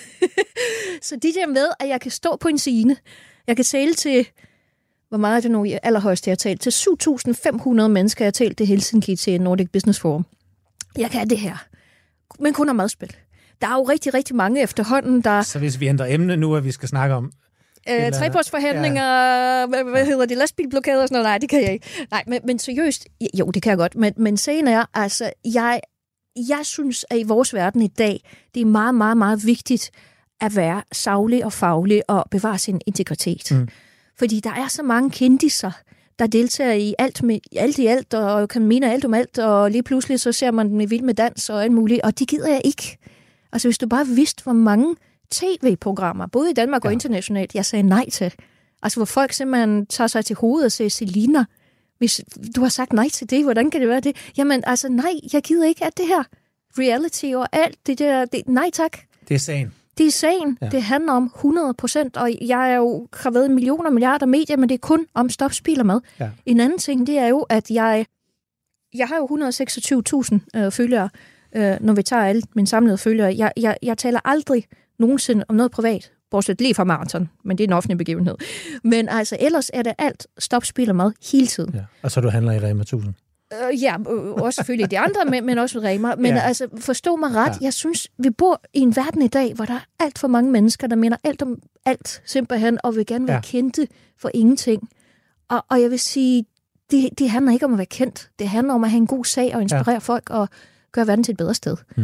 Så det der med, at jeg kan stå på en scene, jeg kan tale til, hvor meget er det nu allerhøjst, jeg har talt, til syv tusind fem hundrede mennesker, jeg har talt til Helsinki til Nordic Business Forum. Jeg kan det her. Men kun om madspil. Der er jo rigtig, rigtig mange efterhånden, der... Så hvis vi ændrer emne nu, at vi skal snakke om... Øh, trepartsforhandlinger, ja. hvad, hvad hedder det, lastbilblokader og sådan noget, nej, det kan jeg ikke. Nej, men, men seriøst, jo, det kan jeg godt, men, men sagen er, altså, jeg, jeg synes, at i vores verden i dag, det er meget, meget, meget vigtigt at være saglig og faglig og bevare sin integritet. Mm. Fordi der er så mange kendiser, der deltager i alt, med, alt i alt, og kan mene alt om alt, og lige pludselig så ser man dem i Vild med Dans og alt muligt, og det gider jeg ikke. Altså, hvis du bare vidste, hvor mange tv-programmer, både i Danmark og ja. internationalt, jeg sagde nej til. Altså, hvor folk simpelthen tager sig til hovedet og siger, Selina, hvis du har sagt nej til det, hvordan kan det være det? Jamen, altså, nej, jeg gider ikke at det her reality og alt det der. Det, nej, tak. Det er sagen. Det er sagen. Ja. Det handler om hundrede procent, og jeg er jo har været millioner, milliarder medier, men det er kun om stop, spil og mad. Ja. En anden ting, det er jo, at jeg, jeg har jo et hundrede og seksogtyve tusind øh, følgere, øh, når vi tager alle mine samlede følgere. Jeg, jeg, jeg taler aldrig nogensinde om noget privat, bortset lige fra maraton, men det er en offentlig begivenhed. Men altså, ellers er det alt stop, spil og mad hele tiden. Ja. Og så du handler i Rema tusind? Øh, ja, øh, også selvfølgelig de andre, men, men også Rema. Men ja. altså, forstå mig ret, ja. jeg synes, vi bor i en verden i dag, hvor der er alt for mange mennesker, der mener alt om alt simpelthen, og vil gerne være ja. kendte for ingenting. Og, og jeg vil sige, det, det handler ikke om at være kendt. Det handler om at have en god sag og inspirere ja. folk og gøre verden til et bedre sted. Hmm.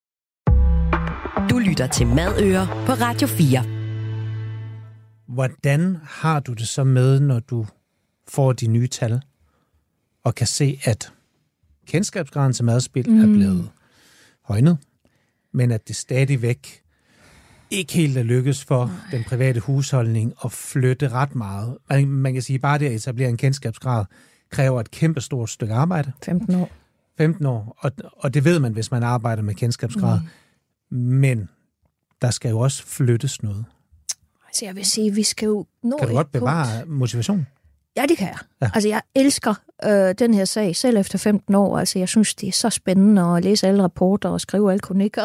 Du lytter til Madøer på Radio fire. Hvordan har du det så med, når du får de nye tal, og kan se, at kendskabsgraden til madspil mm. er blevet højnet, men at det stadigvæk ikke helt er lykkes for Nej. den private husholdning at flytte ret meget. Man, man kan sige, bare det at etablere en kendskabsgrad kræver et kæmpestort stykke arbejde. femten år. femten år, og, og det ved man, hvis man arbejder med kendskabsgrad. Mm. Men der skal jo også flyttes noget. Altså jeg vil sige, vi skal jo nå Kan du godt bevare punkt. motivation? Ja, det kan jeg. Ja. Altså jeg elsker øh, den her sag, selv efter femten år. Altså jeg synes, det er så spændende at læse alle rapporter og skrive alle kronikker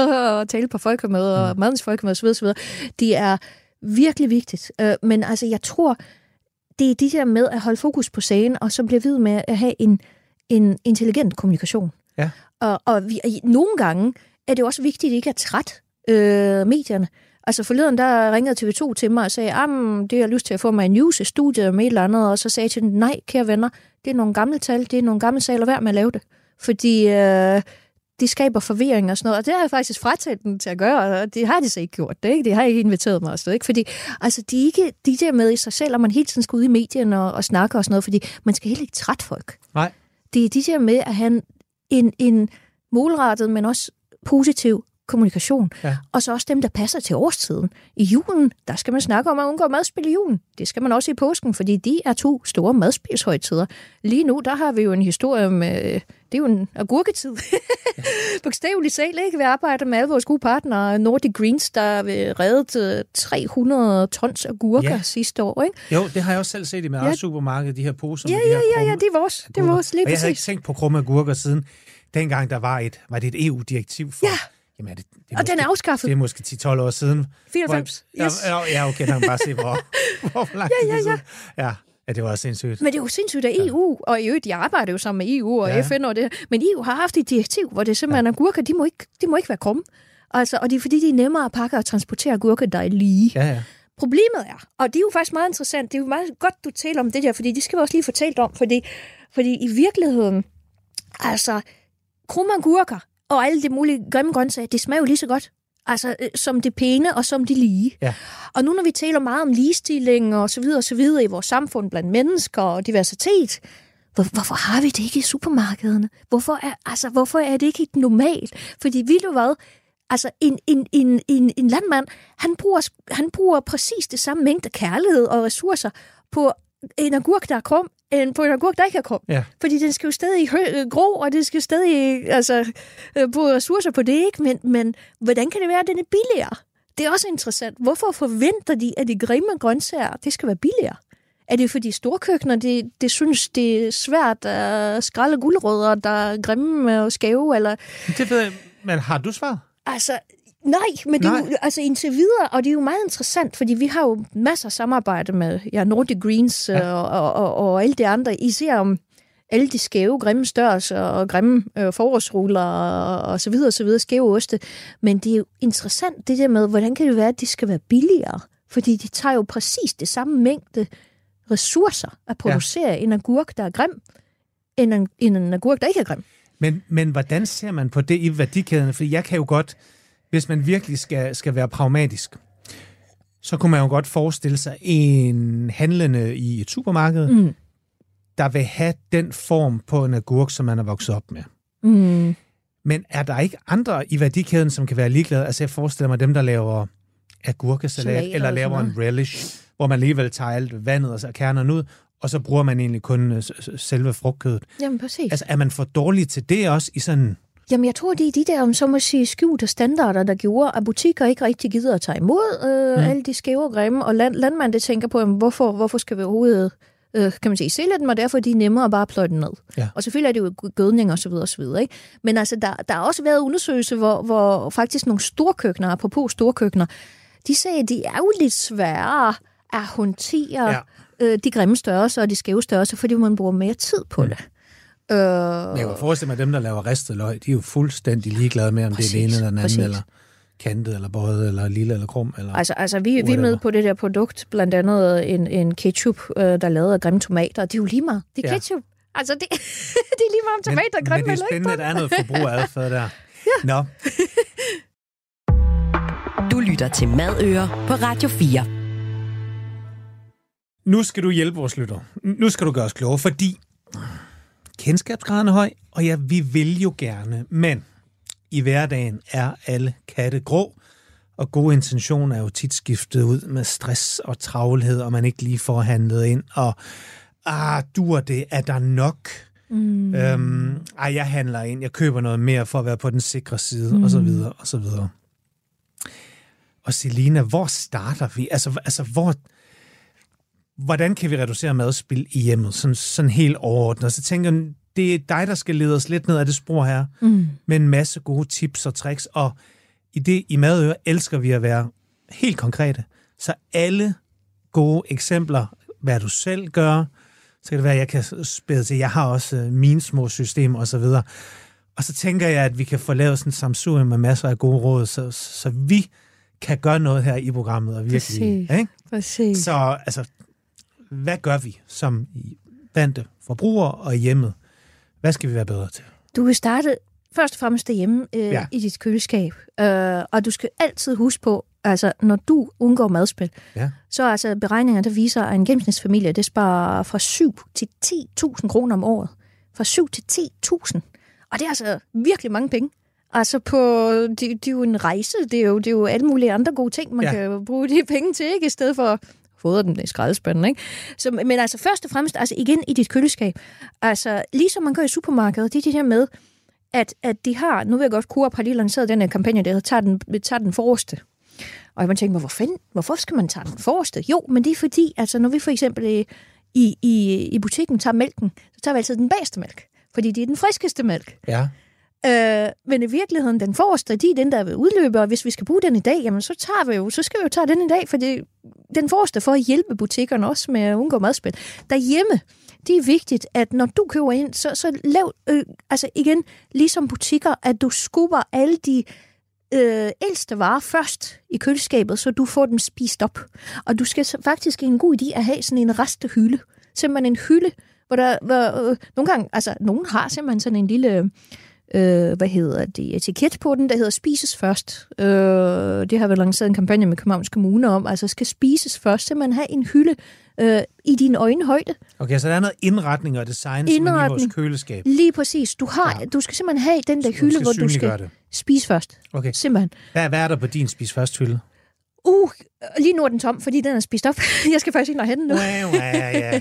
og tale på folkemøder mm. og madens folkemøder osv. osv. Det er virkelig vigtigt. Øh, men altså jeg tror, det er det der med at holde fokus på sagen, og så blive ved med at have en, en intelligent kommunikation. Ja. Og, og vi, nogle gange er det også vigtigt ikke at trætte øh, medierne. Altså forleden, der ringede T V to til mig og sagde, at det har jeg lyst til at få mig en news i studiet med et eller andet, og så sagde jeg til dem, nej, kære venner, det er nogle gamle tal, det er nogle gamle sager, lad være med at lave det. Fordi øh, det skaber forvirring og sådan noget, og det har jeg faktisk frataget dem til at gøre, og det har de så ikke gjort, det, ikke? Det har ikke inviteret mig og sådan noget, ikke? Fordi altså, de er ikke de der med i sig selv, og man hele tiden skal ud i medierne og, og snakke og sådan noget, fordi man skal heller ikke trætte folk. Nej. Det er de der med at have en, en målrettet, men også positiv kommunikation. Ja. Og så også dem, der passer til årstiden. I julen, der skal man snakke om at undgå madspil i julen. Det skal man også i påsken, fordi de er to store madspilshøjtider. Lige nu, der har vi jo en historie med, det er jo en agurketid. Ja. Bogstaveligt talt, ikke? Vi arbejder med alle vores gode partnere, Nordic Greens, der reddet tre hundrede tons agurker ja. sidste år, ikke? Jo, det har jeg også selv set i med ja. supermarked, de her poser. Ja, med de her ja, ja, ja, det er vores. Det er vores, lige og jeg har ikke tænkt på krumme agurker siden. Dengang der var et, var det et E U-direktiv for... Ja. Jamen, det, det er og måske, den er afskaffet. Det er måske ti til tolv år siden. fireoghalvfems, hvor, yes. Ja, ja, okay, der kan man bare se, hvor, hvor langt ja, ja, ja. det er siden. Ja, ja, det var også sindssygt. Men det er jo sindssygt af E U, og i øvrigt, de arbejder jo sammen med E U og ja. F N og det. Men E U har haft et direktiv, hvor det simpelthen ja. agurker, de må ikke, de må ikke være krumme. Altså, og det er fordi, det er nemmere at pakke og transportere agurker, der er lige. Ja, ja. Problemet er, og det er jo faktisk meget interessant, det er jo meget godt, du taler om det der, fordi det skal vi også lige fortælle om, fordi, fordi i virkeligheden, altså, krumme agurker, og alle de mulige grimme grøntsager, det smager jo lige så godt. Altså, som det pæne og som det lige. Ja. Og nu når vi taler meget om ligestilling og så videre og så videre i vores samfund blandt mennesker og diversitet, hvor, hvorfor har vi det ikke i supermarkederne? Hvorfor er, altså, hvorfor er det ikke helt normalt? Fordi ved du hvad? Altså, en, en, en, en, en landmand, han bruger, han bruger præcis det samme mængde kærlighed og ressourcer på en agurk, der er krum, end på en agurk, der ikke er krum. Ja. Fordi den skal jo stadig hø- grå, og det skal stadig altså, bruge ressourcer på det, ikke? Men, men hvordan kan det være, at den er billigere? Det er også interessant. Hvorfor forventer de, at de grimme grøntsager, det skal være billigere? Er det fordi storkøkkener, det, det synes, det er svært at skrælle gulerødder, der er grimme og skæve? Eller... Det ved jeg, men har du svar? Altså... Nej, men det er jo, altså indtil videre, og det er jo meget interessant, fordi vi har jo masser af samarbejde med ja, Nordic Greens ja. og, og, og, og alle de andre, især om alle de skæve, grimme størrelser og grimme øh, forårsruller og, og så videre, og så videre, skæve oste. Men det er jo interessant det der med, hvordan kan det være, at de skal være billigere? Fordi de tager jo præcis det samme mængde ressourcer at producere ja. en agurk, der er grim, end en, end en agurk, der ikke er grim. Men, men hvordan ser man på det i værdikæderne? Fordi jeg kan jo godt, hvis man virkelig skal, skal være pragmatisk, så kunne man jo godt forestille sig en handlende i et supermarked, mm. der vil have den form på en agurk, som man er vokset op med. Mm. Men er der ikke andre i værdikæden, som kan være ligeglade? Altså jeg forestiller mig dem, der laver agurkesalat, Salat, eller laver en relish, hvor man alligevel tager alt vandet og så kernerne ud, og så bruger man egentlig kun selve frugtkødet. Jamen præcis. Altså er man for dårlig til det også i sådan... Jamen, jeg tror, det er de der, om så må sige, skjulte standarder, der gjorde, at butikker ikke rigtig gider at tage imod øh, mm. alle de skæve og grimme, og land, landmand, det tænker på, jamen, hvorfor, hvorfor skal vi overhovedet, øh, kan man sige, sælge dem, og derfor er de nemmere at bare pløje den ned. Ja. Og selvfølgelig er det jo gødning og så videre og så videre, ikke? Men altså, der, der har også været undersøgelser, hvor, hvor faktisk nogle storkøkkener, apropos storkøkkener, de sagde, at de er jo lidt sværere at håndtere ja. øh, de grimme størrelser og de skæve størrelser, fordi man bruger mere tid på mm. det. Øh... Jeg kan forestille mig, at dem, der laver ristet løg, de er jo fuldstændig ligeglade med, om præcis, det er det ene eller den anden, præcis. Eller kantet, eller bøjet, eller lille, eller krum. Eller altså, altså vi, vi er med på det der produkt, blandt andet en, en ketchup, øh, der er lavet af grimme tomater. Det er jo lige meget. Det er ja. ketchup. Altså, det, det er lige meget om tomater og grimme. Men det er spændende, at der er noget forbrugeradfærd der. Ja. Nå. Du lytter til Madøer på Radio fire. Nu skal du hjælpe vores lytter. Nu skal du gøre os klogere, fordi kendskabsgraden er høj, og ja, vi vil jo gerne, men i hverdagen er alle katte grå, og gode intentioner er jo tit skiftet ud med stress og travlhed, og man ikke lige får handlet ind, og ah, duer det, er der nok? Mm. Øhm, ej, jeg handler ind, jeg køber noget mere for at være på den sikre side, mm. og så videre, og så videre. Og Selina, hvor starter vi? Altså, altså hvor... Hvordan kan vi reducere madspild i hjemmet, sådan, sådan helt overordnet? Og så tænker jeg, det er dig, der skal lede os lidt ned ad det spor her, mm. med en masse gode tips og tricks, og i det i Madøer elsker vi at være helt konkrete. Så alle gode eksempler, hvad du selv gør, så kan det være, at jeg kan spæde til, jeg har også mine små systemer og så videre. Og så tænker jeg, at vi kan få lavet sådan en samsurium med masser af gode råd, så, så vi kan gøre noget her i programmet, og virkelig, Præcis. Ikke? Præcis. Så altså, hvad gør vi som vante forbrugere og i hjemmet? Hvad skal vi være bedre til? Du vil starte først og fremmest derhjemme øh, ja. i dit køleskab. Øh, og du skal altid huske på, altså når du undgår madspild, ja. så er altså beregninger, der viser, at en gennemsnitsfamilie, det sparer fra syv til ti tusind kroner om året. Fra syv til ti tusind. Og det er altså virkelig mange penge. Altså på, det, det er jo en rejse, det er jo, det er jo alle mulige andre gode ting, man ja. kan bruge de penge til, ikke? I stedet for fodre dem i skraldespanden, ikke? Så, men altså først og fremmest, altså igen i dit køleskab. Altså ligesom man går i supermarkedet, det er det der med, at, at de har, nu vil jeg godt, Coop har lige lanceret den her kampagne, der tager den, tager den forreste. Og man tænker, hvorfor, hvorfor skal man tage den forreste? Jo, men det er fordi, altså når vi for eksempel i, i, i butikken tager mælken, så tager vi altid den bedste mælk, fordi det er den friskeste mælk. Ja. Øh, men i virkeligheden, den forreste, de er den, der vil udløbe, og hvis vi skal bruge den i dag, jamen så tager vi jo, så skal vi jo tage den i dag, for det, den forreste for at hjælpe butikkerne også med at undgå madspild. Derhjemme, det er vigtigt, at når du køber ind, så, så lav, øh, altså igen, ligesom butikker, at du skubber alle de øh, ældste varer først i køleskabet, så du får dem spist op. Og du skal faktisk en god idé at have sådan en restehylde. Simpelthen en hylde, hvor der, hvor, øh, nogle gange, altså nogen har simpelthen sådan en lille... Øh, hvad hedder det, etiket på den, der hedder spises først. Øh, det har vi lanceret en kampagne med Københavns Kommune om, altså skal spises først, så man har en hylde øh, i din øjenhøjde. Okay, så der er noget indretning og design, indretning. Som er i vores køleskab. Lige præcis. Du, har, ja. du skal simpelthen have den der hylde, hvor du skal det. spise først. Okay. Simpelthen. Hvad, hvad er der på din spise først hylde? Uh, lige nu er den tom, fordi den er spist op. Jeg skal faktisk ind og hente den nu. Wow, ja, ja.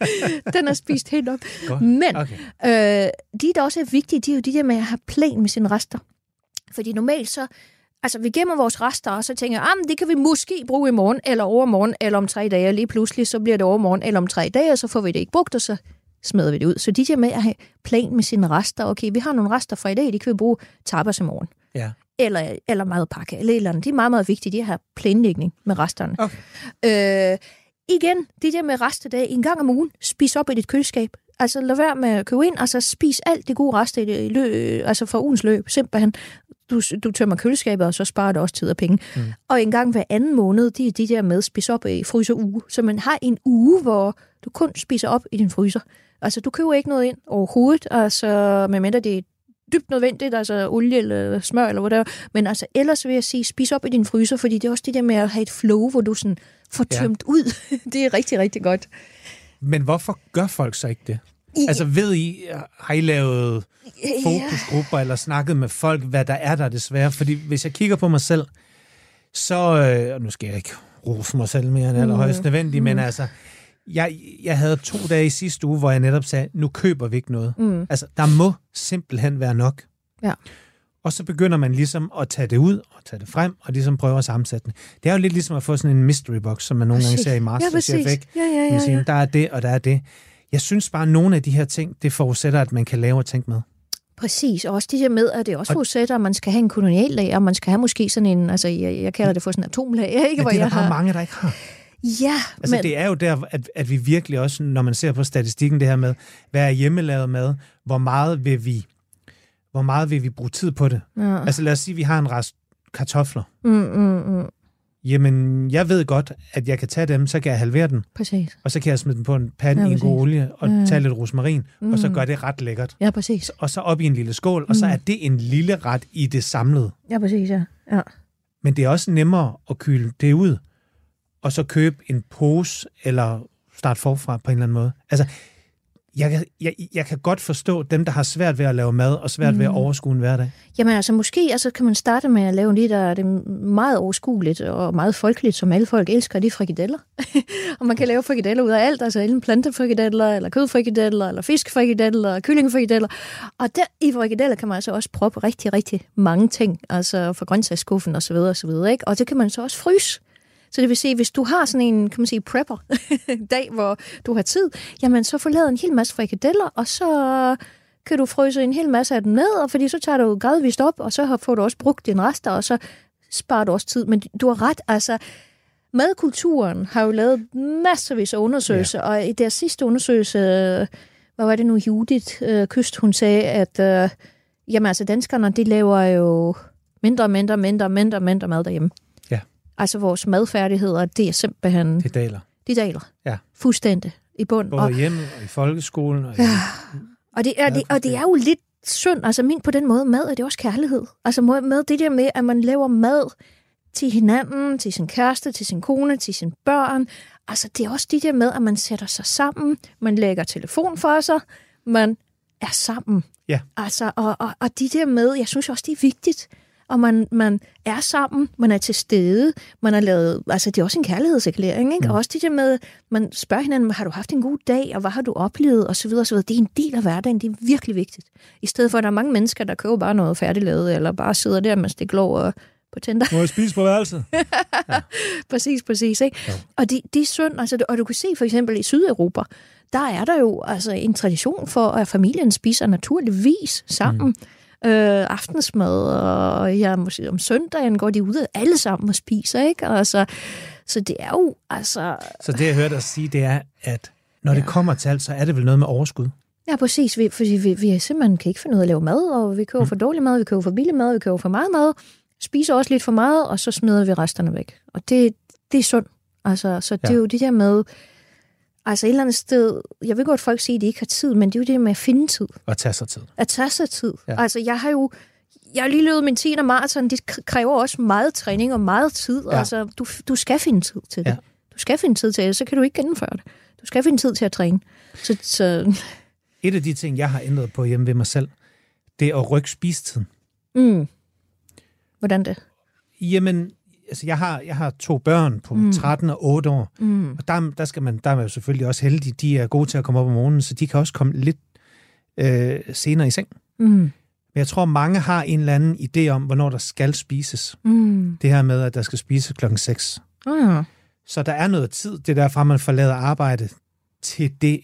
Den er spist helt op. God. Men okay. øh, de, der også er vigtige, de er jo de der med at have plan med sine rester. Fordi normalt så, altså vi gemmer vores rester, og så tænker jeg, ah, det kan vi måske bruge i morgen, eller overmorgen, eller om tre dage, og lige pludselig så bliver det overmorgen, eller om tre dage, og så får vi det ikke brugt, og så smider vi det ud. Så de der med at have plan med sine rester, okay, vi har nogle rester fra i dag, de kan vi bruge tapas i morgen. Ja. Eller, eller madpakke, eller et eller andet. Det er meget, meget vigtigt, de her planlægning med resterne. Okay. Øh, igen, det der med restedag en gang om ugen, spis op i dit køleskab. Altså, lad være med at købe ind, altså spis alt det gode rester i løb, altså for ugens løb, simpelthen. Du, du tømmer køleskabet, og så sparer du også tid og penge. Mm. Og en gang hver anden måned, det er de der med spise op i fryseruge. Så man har en uge, hvor du kun spiser op i din fryser. Altså, du køber ikke noget ind overhovedet, altså, medmindre det er dybt nødvendigt, altså olie eller smør eller hvad der. Men altså, ellers vil jeg sige, spis op i din fryser, fordi det er også det der med at have et flow, hvor du sådan får tømt ja. ud. Det er rigtig, rigtig godt. Men hvorfor gør folk så ikke det? I, altså ved I, har I lavet fokusgrupper eller snakket med folk, hvad der er der desværre? Fordi hvis jeg kigger på mig selv, så, øh, og nu skal jeg ikke rose mig selv mere end allerhøjst nødvendigt, mm. men altså, jeg, jeg havde to dage i sidste uge, hvor jeg netop sagde, nu køber vi ikke noget. Mm. Altså, der må simpelthen være nok. Ja. Og så begynder man ligesom at tage det ud og tage det frem, og ligesom prøve at sammensætte det. Det er jo lidt ligesom at få sådan en mystery box, som man nogle gange ser i MasterChef, ikke? Ja, ja, ja, ja. Siger, der er det, og der er det. Jeg synes bare, at nogle af de her ting, det forudsætter, at man kan lave og tænke med. Præcis, og også det der med, at det også forudsætter, at man skal have en koloniallager, og man skal have måske sådan en, altså jeg, jeg kalder det for sådan en atomlager, ikke? Men hvor det er jeg der bare har... mange, der ikke har. Ja, altså men... det er jo der, at, at vi virkelig også, når man ser på statistikken, det her med, hvad er hjemmelavet mad, hvor meget vil vi, hvor meget vil vi bruge tid på det? Ja. Altså lad os sige, at vi har en rest kartofler. Mm, mm, mm. Jamen, jeg ved godt, at jeg kan tage dem, så kan jeg halvere dem. Præcis. Og så kan jeg smide dem på en pande ja, i en god olie, og ja. tage lidt rosmarin, mm. og så gør det ret lækkert. Ja, præcis. Og så op i en lille skål, og så er det en lille ret i det samlede. Ja, præcis, ja. ja. Men det er også nemmere at kyle det ud, og så købe en pose, eller starte forfra på en eller anden måde. Altså, jeg kan, jeg, jeg kan godt forstå dem, der har svært ved at lave mad, og svært mm. ved at overskue en hverdag. Jamen altså, måske altså, kan man starte med at lave lidt, der er det meget overskueligt og meget folkeligt, som alle folk elsker, de frikadeller. Og man kan lave frikadeller ud af alt, altså enten plantefrikadeller, eller kødfrikadeller, eller fiskfrikadeller, eller kyllingefrikadeller. Og der i frikadeller kan man altså også proppe rigtig, rigtig mange ting, altså fra grøntsagsskuffen og så videre, og så videre, ikke? Og det kan man så også fryse. Så det vil sige, hvis du har sådan en, kan man sige, prepper-dag, hvor du har tid, jamen så få lavet en hel masse frikadeller, og så kan du fryse en hel masse af dem ned, og fordi så tager du gradvist op, og så får du også brugt dine rester, og så sparer du også tid. Men du har ret, altså madkulturen har jo lavet masservis af undersøgelser, ja. Og i deres sidste undersøgelse, hvad var det nu, Judith øh, Kyst, hun sagde, at øh, jamen altså danskerne, de laver jo mindre, mindre, mindre, mindre, mindre mad derhjemme. Altså vores madfærdigheder, det er simpelthen... Det daler. De daler. Ja. Fuldstændig i bund. Både hjemme og i folkeskolen. Og, ja. og, det, og, det, og det er jo lidt synd. Altså min på den måde, mad er det også kærlighed. Altså mad, det der med, at man laver mad til hinanden, til sin kæreste, til sin kone, til sine børn. Altså det er også det der med, at man sætter sig sammen, man lægger telefon for sig, man er sammen. Ja. Altså, og, og, og det der med, jeg synes også, det er vigtigt, og man, man er sammen, man er til stede, man har lavet, altså det er også en kærlighedserklæring, ikke? Mm. Og også det der med, man spørger hinanden, har du haft en god dag, og hvad har du oplevet, og så videre, og så videre. Det er en del af hverdagen, det er virkelig vigtigt. I stedet for, at der er mange mennesker, der køber bare noget færdiglavet, eller bare sidder der, mens det glår på Tinder. Må jeg spise på værelset? Ja. præcis, præcis, ikke? Ja. Og det, det er synd, altså, og du kan se for eksempel i Sydeuropa, der er der jo altså en tradition for, at familien spiser naturligvis sammen. Mm. Øh, aftensmad, og ja, om søndagen går de ud alle sammen og spiser, ikke? Altså, så det er jo, altså... Så det, jeg hørte dig sige, det er, at når ja. det kommer til alt, så er det vel noget med overskud? Ja, præcis. Vi, fordi vi, vi simpelthen kan ikke finde ud af at lave mad, og vi køber mm. for dårlig mad, vi køber for billig mad, vi køber for meget mad, spiser også lidt for meget, og så smider vi resterne væk. Og det, det er sundt. Altså, så det ja. er jo det der med... Altså et eller andet sted, jeg ved godt, at folk siger, at de ikke har tid, men det er jo det med at finde tid. At tage sig tid. At tage sig tid. Ja. Altså jeg har jo, jeg har lige løbet min tiende maraton, det kræver også meget træning og meget tid. Ja. Altså du, du skal finde tid til det. Ja. Du skal finde tid til det, så kan du ikke gennemføre det. Du skal finde tid til at træne. Så, så... Et af de ting, jeg har ændret på hjemme ved mig selv, det er at rykke spisetiden. Mm. Hvordan det? Jamen... Altså, jeg har, jeg har to børn på mm. tretten og otte år, mm. og der, der, skal man, der er man jo selvfølgelig også heldig. De er gode til at komme op om morgenen, så de kan også komme lidt øh, senere i seng. Mm. Men jeg tror, mange har en eller anden idé om, hvornår der skal spises. Mm. Det her med, at der skal spises klokken seks. Mm. Så der er noget tid, det er derfra, man forlader arbejde til det,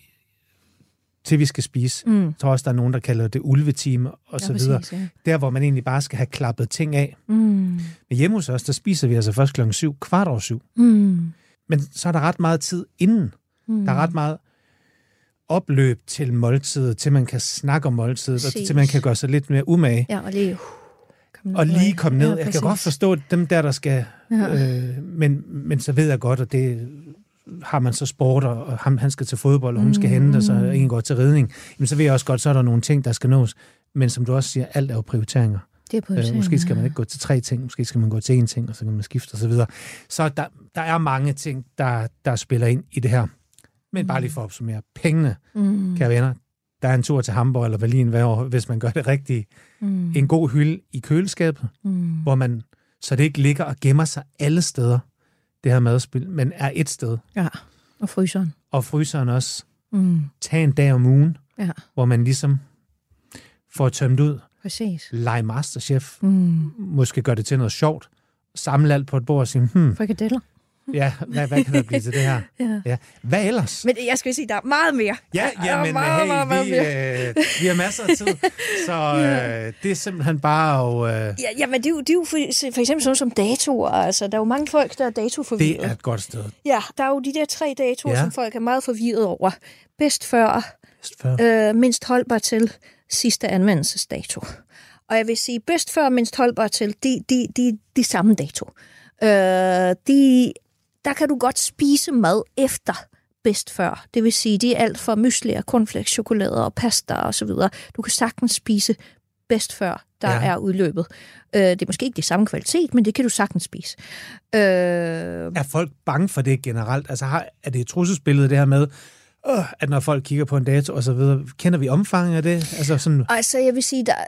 til vi skal spise. Mm. Jeg tror også, der er nogen, der kalder det ulvetime og ja, så videre. Præcis, ja. Der, hvor man egentlig bare skal have klappet ting af. Mm. Men hjemme hos os, der spiser vi altså først klokken syv, kvart over syv. Mm. Men så er der ret meget tid inden. Mm. Der er ret meget... opløb til måltidet, til man kan snakke om måltidet, og til man kan gøre sig lidt mere umage. Ja, og lige... Og lige komme ned. Ja, jeg kan godt forstå dem der, der skal... Ja. Øh, men, men så ved jeg godt, at det har man så sport, og ham, han skal til fodbold, og hun skal hente, og så en går til ridning. Jamen, så ved jeg også godt, så er der nogle ting, der skal nås. Men som du også siger, alt er jo prioriteringer. Det er prioriteringer. Øh, måske skal man ikke gå til tre ting, måske skal man gå til én ting, og så kan man skifte og så videre. Så der, der er mange ting, der, der spiller ind i det her. Men mm. bare lige for at opsummere. Pengene, mm. kære venner, der er en tur til Hamburg eller Berlin hver år, hvis man gør det rigtigt. Mm. En god hylde i køleskabet, mm. hvor man, så det ikke ligger og gemmer sig alle steder, det her madspil, men er et sted. Ja, og fryseren. Og fryseren også. Mm. Tag en dag om ugen, ja. Hvor man ligesom får tømt ud. Præcis. Lege Masterchef. Mm. Måske gør det til noget sjovt. Samle alt på et bord og sige, hmm. Frikadeller. Ja, hvad, hvad kan der blive til det her? Ja. Ja. Hvad ellers? Men jeg skal sige, der er meget mere. Ja, ja men meget, hey, meget, meget vi, øh, vi har masser af tid, så øh, det er simpelthen bare at... Øh... Ja, ja, men det er jo, det er jo for, for eksempel sådan som datoer. Altså, der er jo mange folk, der er datoforvirret. Det er et godt sted. Ja, der er jo de der tre datoer, ja. Som folk er meget forvirret over. Bedst før, bedst før. Øh, mindst holdbar til, sidste anvendelsesdato. Og jeg vil sige, bedst før, mindst holdbar til, de, de, de, de samme dato. Øh, de... Der kan du godt spise mad efter bedst før. Det vil sige, det er alt fra mysli og cornflakes, chokolade og pasta og så videre. Du kan sagtens spise bedst før, der ja. Er udløbet. Øh, det er måske ikke det samme kvalitet, men det kan du sagtens spise. Øh... Er folk bange for det generelt? Altså har, er det et trusselsbillede, det her med, øh, at når folk kigger på en dato og så videre, kender vi omfanget af det? Altså, sådan... altså jeg vil sige, der...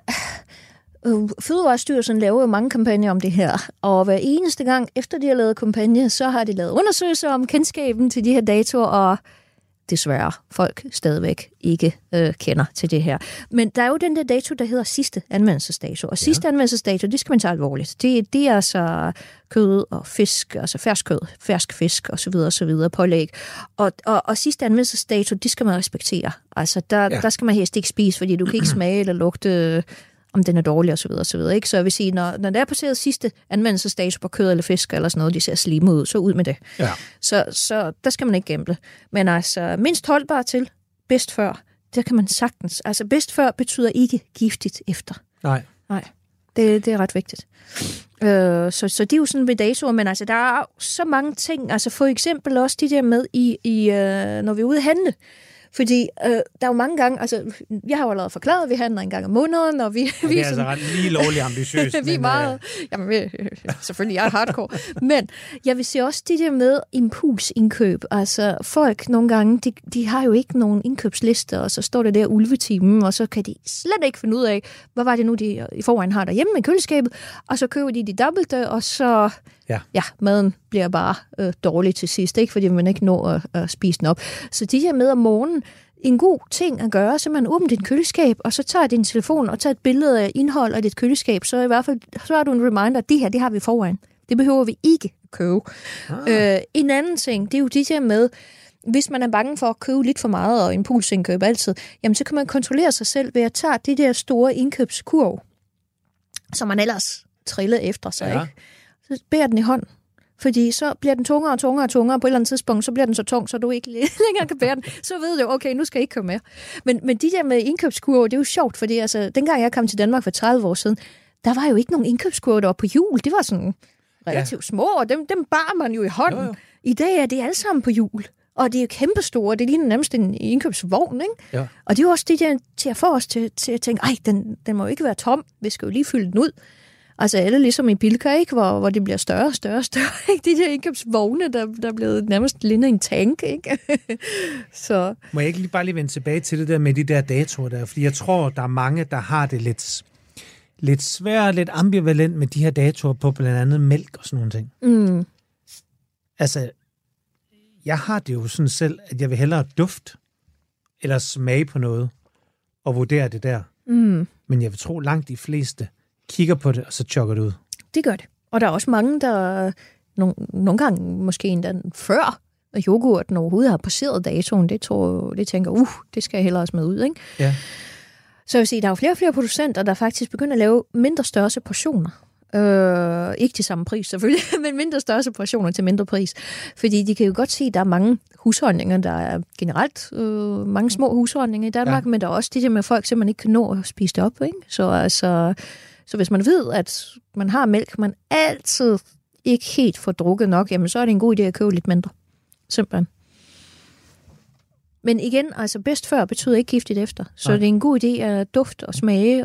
Fødevarestyrelsen laver jo mange kampagner om det her, og hver eneste gang efter de har lavet kampagne, så har de lavet undersøgelser om kendskaben til de her datoer, og desværre folk stadigvæk ikke øh, kender til det her. Men der er jo den der dato, der hedder sidste anvendelsesdato, og sidste ja. Anvendelsesdato, det skal man tage alvorligt. Det, det er altså kød og fisk, altså fersk kød, fersk fisk og så videre, og så videre, pålæg. Og, og, og sidste anvendelsesdato, det skal man respektere. Altså der, ja. Der skal man helst ikke spise, fordi du kan ikke smage eller lugte om den er dårlig og så videre, og så videre. Ikke? Så jeg vil sige, når, når der er passeret sidste anvendelsesdato på kød eller fisk eller sådan noget, de ser slimme ud, så ud med det. Ja. Så, så der skal man ikke gamble. Men altså, mindst holdbar til, bedst før, der kan man sagtens. Altså, bedst før betyder ikke giftigt efter. Nej. Nej, det, det er ret vigtigt. Øh, så, så det er jo sådan ved datoer, men altså, der er så mange ting. Altså, for eksempel også de der med, i, i, øh, når vi er ude at handle. Fordi øh, der er jo mange gange, altså jeg har jo allerede forklaret, at vi handler en gang om måneden, og vi... Ja, vi det er sådan, altså ret lige lovligt ambitiøst. vi er meget... Øh... Jamen, øh, selvfølgelig, jeg er hardcore. Men jeg vil sige også det der med impulsindkøb. Altså folk nogle gange, de, de har jo ikke nogen indkøbslister, og så står det der ulvetimen, og så kan de slet ikke finde ud af, hvad var det nu, de i forvejen har derhjemme i køleskabet, og så køber de de dobbelte, og så... Ja. ja, maden bliver bare øh, dårlig til sidst, ikke? Fordi man ikke når at, at spise den op. Så de her med om morgenen, en god ting at gøre, så man åbner dit køleskab, og så tager din telefon og tager et billede af indhold af dit køleskab, så i hvert fald så har du en reminder, at det her, det har vi foran. Det behøver vi ikke at købe. Ah. Øh, en anden ting, det er jo de her med, hvis man er bange for at købe lidt for meget og impulsindkøb altid, jamen så kan man kontrollere sig selv ved at tage det der store indkøbskurv, som man ellers triller efter sig, ja. Ikke? Så bærer den i hånd, fordi så bliver den tungere og tungere og tungere, og på et eller andet tidspunkt, så bliver den så tung, så du ikke længere kan bære den. Så ved du, okay, nu skal jeg ikke komme med. Men, men de der med indkøbskurver, det er jo sjovt, fordi altså, dengang jeg kom til Danmark for tredive år siden, der var jo ikke nogen indkøbskurver, der var på hjul. Det var sådan relativt ja. Små, og dem, dem bar man jo i hånden. Jo, jo. I dag er det alle sammen på hjul. Og det er jo kæmpestore, det ligner nærmest en indkøbsvogn, ikke? Ja. Og det er jo også det der til at få os til, til at tænke, ej, den, den må jo ikke være tom, vi skal jo lige fylde den ud. Altså alle ligesom i Bilka, ikke? Hvor, hvor det bliver større og større og større. Ikke? De der indkøbsvogne, der, der er blevet nærmest ligner en tank. Ikke? Så. Må jeg ikke lige bare lige vende tilbage til det der med de der datoer der? Fordi jeg tror, der er mange, der har det lidt, lidt svært, lidt ambivalent med de her datoer på blandt andet mælk og sådan nogle ting. Mm. Altså, jeg har det jo sådan selv, at jeg vil hellere dufte eller smage på noget og vurdere det der. Mm. Men jeg vil tro langt de fleste kigger på det, og så chokker det ud. Det gør det. Og der er også mange, der nogle, nogle gange måske endda før yoghurten overhovedet har passeret datoen, det tror det tænker, uh, det skal jeg hellere smide ud, ikke? Ja. Så jeg vil sige, der er jo flere og flere producenter, der faktisk begynder at lave mindre størrelse portioner. Øh, ikke til samme pris selvfølgelig, men mindre størrelse portioner til mindre pris. Fordi de kan jo godt se, at der er mange husholdninger, der er generelt øh, mange små husholdninger i Danmark, ja. Men der er også de der med folk, som man ikke kan nå at spise det op. Ikke? Så, altså, så hvis man ved, at man har mælk, man altid ikke helt får drukket nok, jamen så er det en god idé at købe lidt mindre. Simpelthen. Men igen, altså bedst før betyder ikke giftigt efter. Så ja. Det er en god idé at dufte og smage,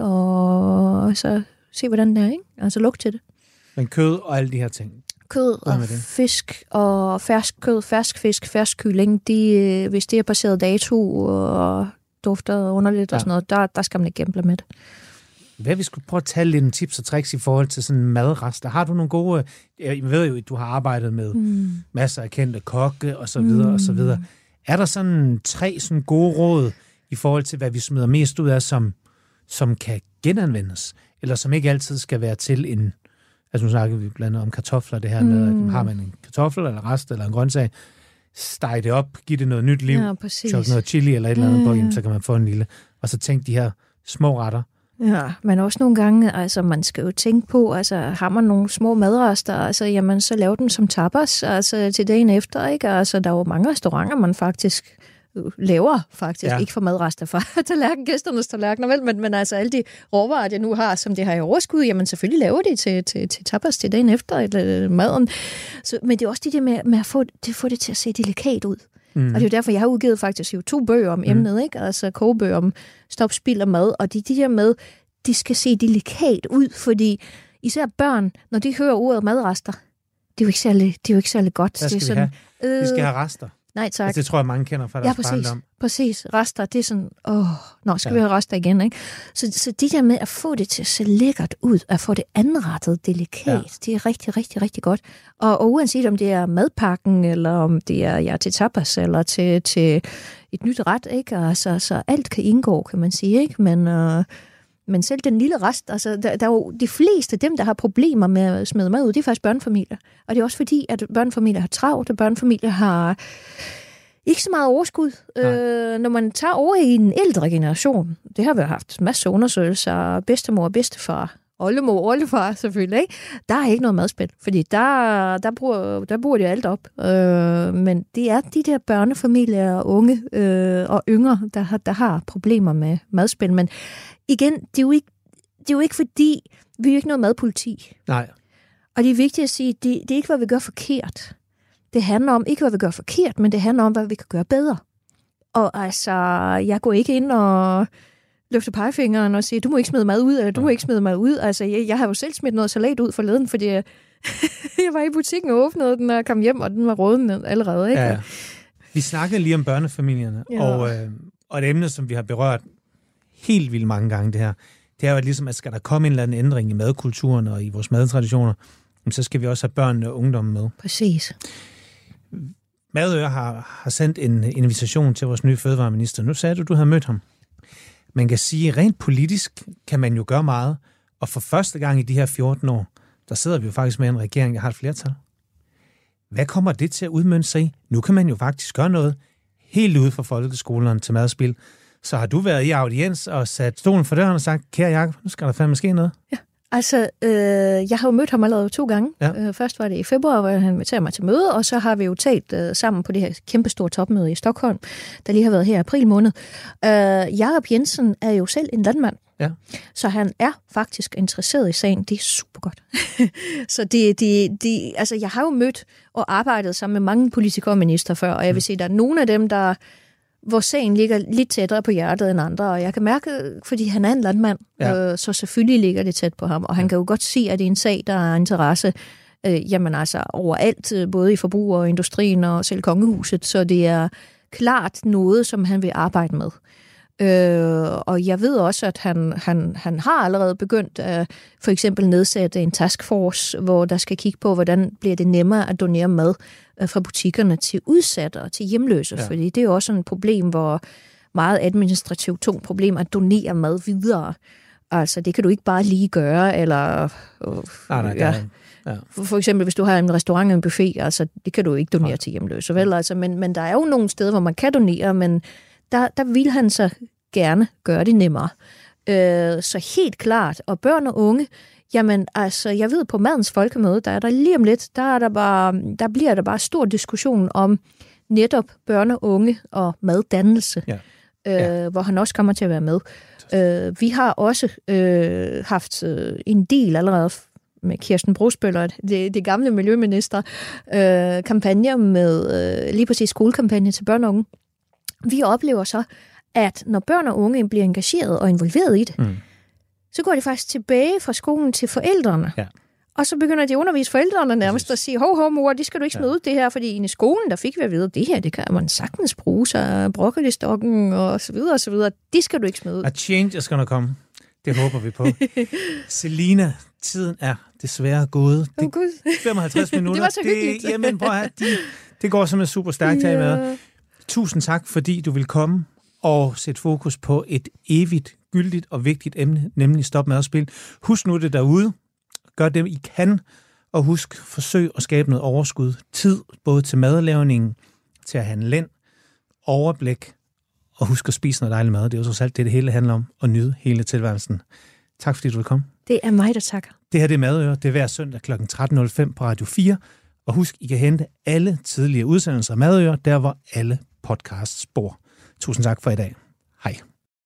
og så se, hvordan det er, ikke? Altså lugt til det. Men kød og alle de her ting? Kød og fisk og fersk kød, fersk fisk, fersk kylling, de, hvis det er passeret dato og dufter underligt ja. Og sådan noget, der, der skal man ikke gamble med det. Hvad vi skulle prøve at tale lidt om tips og tricks i forhold til sådan madrester. Har du nogle gode... Jeg ved jo, at du har arbejdet med mm. masser af kendte kokke og så videre mm. og så videre. Er der sådan tre sådan gode råd i forhold til, hvad vi smider mest ud af, som, som kan genanvendes? Eller som ikke altid skal være til en... Altså nu snakker vi blandt andet om kartofler, det her mm. med, har man en kartoffel eller rest eller en grøntsag, steg det op, giv det noget nyt liv, ja, chok noget chili eller et eller andet ja, ja. På, jamen, så kan man få en lille. Og så tænk de her små retter. Ja, men også nogle gange, altså man skal jo tænke på, altså har man nogle små madrester, altså jamen så lav dem som tapas, altså til dagen efter, ikke? Altså der er jo mange restauranter, man faktisk laver faktisk, ja. Ikke for madrester fra tallerken, gæsternes tallerkener, vel, men, men altså alle de råvarer, jeg nu har, som det har i overskud, jamen selvfølgelig laver de til, til, til tapas til dagen efter, eller maden. Så, men det er også det der med, med at få det, få det til at se delikat ud. Mm. Og det er jo derfor, jeg har udgivet faktisk jo to bøger om emnet, mm. ikke? Altså kogebøger om stop spild og mad, og de, de der med, de skal se delikat ud, fordi især børn, når de hører ordet madrester, det er jo ikke særlig, det er jo ikke særlig godt. Hvad skal det er sådan, vi have? Øh, vi skal have rester. Nej, tak. Altså, det tror jeg, mange kender fra deres ja, barndom. præcis. Rester, det er sådan, åh, nå, skal ja. Vi have rester igen, ikke? Så, så det der med at få det til at se lækkert ud, at få det anrettet delikat, ja. Det er rigtig, rigtig, rigtig godt. Og, og uanset om det er madpakken, eller om det er ja, til tapas, eller til, til et nyt ret, ikke? Altså, så alt kan indgå, kan man sige, ikke? Men... Øh, Men selv den lille rest, altså der, der er jo de fleste af dem, der har problemer med at smide mad ud, det er faktisk børnefamilier. Og det er også fordi, at børnefamilier har travlt, og børnefamilier har ikke så meget overskud. Øh, når man tager over i en ældre generation, det har vi haft masser af undersøgelser, bedstemor og bedstefar, oldemor og oldefar selvfølgelig, ikke? Der er ikke noget madspil, fordi der, der, bruger, der bruger de alt op. Øh, men det er de der børnefamilier, unge øh, og yngre, der har, der har problemer med madspil. Men igen, det er jo ikke, det er jo ikke fordi, vi er jo ikke noget madpoliti. Nej. Og det er vigtigt at sige, det, det er ikke, hvad vi gør forkert. Det handler om ikke, hvad vi gør forkert, men det handler om, hvad vi kan gøre bedre. Og altså, jeg går ikke ind og løfter pegefingeren og siger, du må ikke smide mad ud, eller du må ikke smide mad ud. Altså, jeg, jeg har jo selv smidt noget salat ud forleden, fordi jeg, jeg var i butikken og åbnede den, og kom hjem, og den var råden allerede. Ikke? Ja. Vi snakkede lige om børnefamilierne, ja. og, øh, og et emne, som vi har berørt helt vildt mange gange, det her, det er jo, at ligesom, at skal der komme en eller anden ændring i madkulturen og i vores madtraditioner, så skal vi også have børnene og ungdommen med. Præcis. Madøer har, har sendt en invitation til vores nye fødevareminister. Nu sagde du, du havde mødt ham. Man kan sige, rent politisk kan man jo gøre meget, og for første gang i de her fjorten år, der sidder vi jo faktisk med en regering, der har et flertal. Hvad kommer det til at udmønte sig i? Nu kan man jo faktisk gøre noget helt ude fra folkeskolerne til madspil. Så har du været i audiens og sat stolen for døren og sagt, kære Jakob, nu skal der fandme ske noget? Ja, altså, øh, jeg har jo mødt ham allerede to gange. Ja. Øh, først var det i februar, hvor han inviterede mig til møde, og så har vi jo talt øh, sammen på det her kæmpestore topmøde i Stockholm, der lige har været her i april måned. Øh, Jakob Jensen er jo selv en landmand, ja. Så han er faktisk interesseret i sagen. Det er super godt. Så det, det, det, altså, jeg har jo mødt og arbejdet sammen med mange politikere og minister før, og jeg vil sige, der er nogle af dem, der hvor sagen ligger lidt tættere på hjertet end andre, og jeg kan mærke, fordi han er en landmand, ja. øh, så selvfølgelig ligger det tæt på ham, og han ja. kan jo godt se, at det er en sag, der er interesse, øh, jamen altså overalt, både i forbruger og industrien og selv kongehuset, så det er klart noget, som han vil arbejde med. Øh, og jeg ved også, at han, han, han har allerede begyndt at for eksempel nedsætte en taskforce, hvor der skal kigge på, hvordan bliver det nemmere at donere mad fra butikkerne til udsatte og til hjemløse, ja. Fordi det er jo også et problem, hvor meget administrativt tungt problem at donere mad videre. Altså, det kan du ikke bare lige gøre, eller... Øh, nej, nej, ja. Ja. For, for eksempel, hvis du har en restaurant og en buffet, altså, det kan du ikke donere ja. til hjemløse, vel? Altså, men, men der er jo nogle steder, hvor man kan donere, men der, der vil han så gerne gøre det nemmere. Øh, så helt klart, og børn og unge, Jamen, altså, jeg ved, på Madens Folkemøde, der er der lige om lidt, der, er der, bare, der bliver der bare stor diskussion om netop børn og unge og maddannelse, ja. Øh, ja. hvor han også kommer til at være med. Øh, vi har også øh, haft øh, en del allerede med Kirsten Brosbøller, det, det gamle miljøminister, øh, kampagner med øh, lige præcis skolekampagne til børn og unge. Vi oplever så, at når børn og unge bliver engageret og involveret i det, mm. så går de faktisk tilbage fra skolen til forældrene. Ja. Og så begynder de at undervise forældrene nærmest at sige, hov, hov, mor, det skal du ikke smide ja. ud det her, fordi inde i skolen, der fik vi at vide, det her, det kan man sagtens bruge sig, broccolistokken og så videre og så videre. Det skal du ikke smide ud. A change is gonna come. Det håber vi på. Selina, tiden er desværre gået. Det oh, femoghalvtreds minutter. Det var så hyggeligt. Det, jamen, prøv at de, det går simpelthen super stærkt her med. Ja. Tusind tak, fordi du vil komme og sætte fokus på et evigt, gyldigt og vigtigt emne, nemlig stop madspil. Husk nu det derude. Gør det, I kan, og husk, forsøg at skabe noget overskud. Tid, både til madlavningen, til at handle ind, overblik, og husk at spise noget dejligt mad. Det er jo så alt det, det hele handler om, og nyde hele tilværelsen. Tak fordi du vil komme. Det er mig, der takker. Det her det er Madøre. Det er hver søndag klokken tretten nul fem på Radio fire. Og husk, I kan hente alle tidligere udsendelser af Madøre, der hvor alle podcasts bor. Tusind tak for i dag. Hej.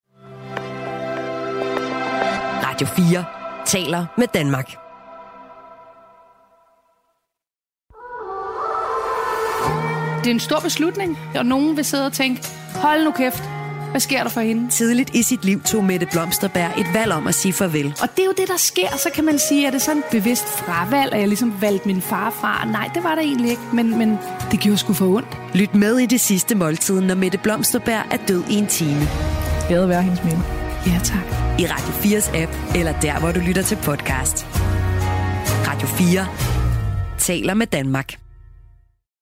Radio fire taler med Danmark. Det er en stor beslutning, og nogen vil sidde og tænke, hold nu kæft, hvad sker der for hende? Tidligt i sit liv tog Mette Blomsterberg et valg om at sige farvel. Og det er jo det, der sker, så kan man sige, at det er sådan et bevidst fravalg, at jeg ligesom valgte min far fra. Nej, det var der egentlig ikke, men, men det gjorde sgu for ondt. Lyt med i Det Sidste Måltid, når Mette Blomsterberg er død i en time. Glæde være hendes minde. Ja, tak. I Radio fires app, eller der, hvor du lytter til podcast. Radio fire taler med Danmark.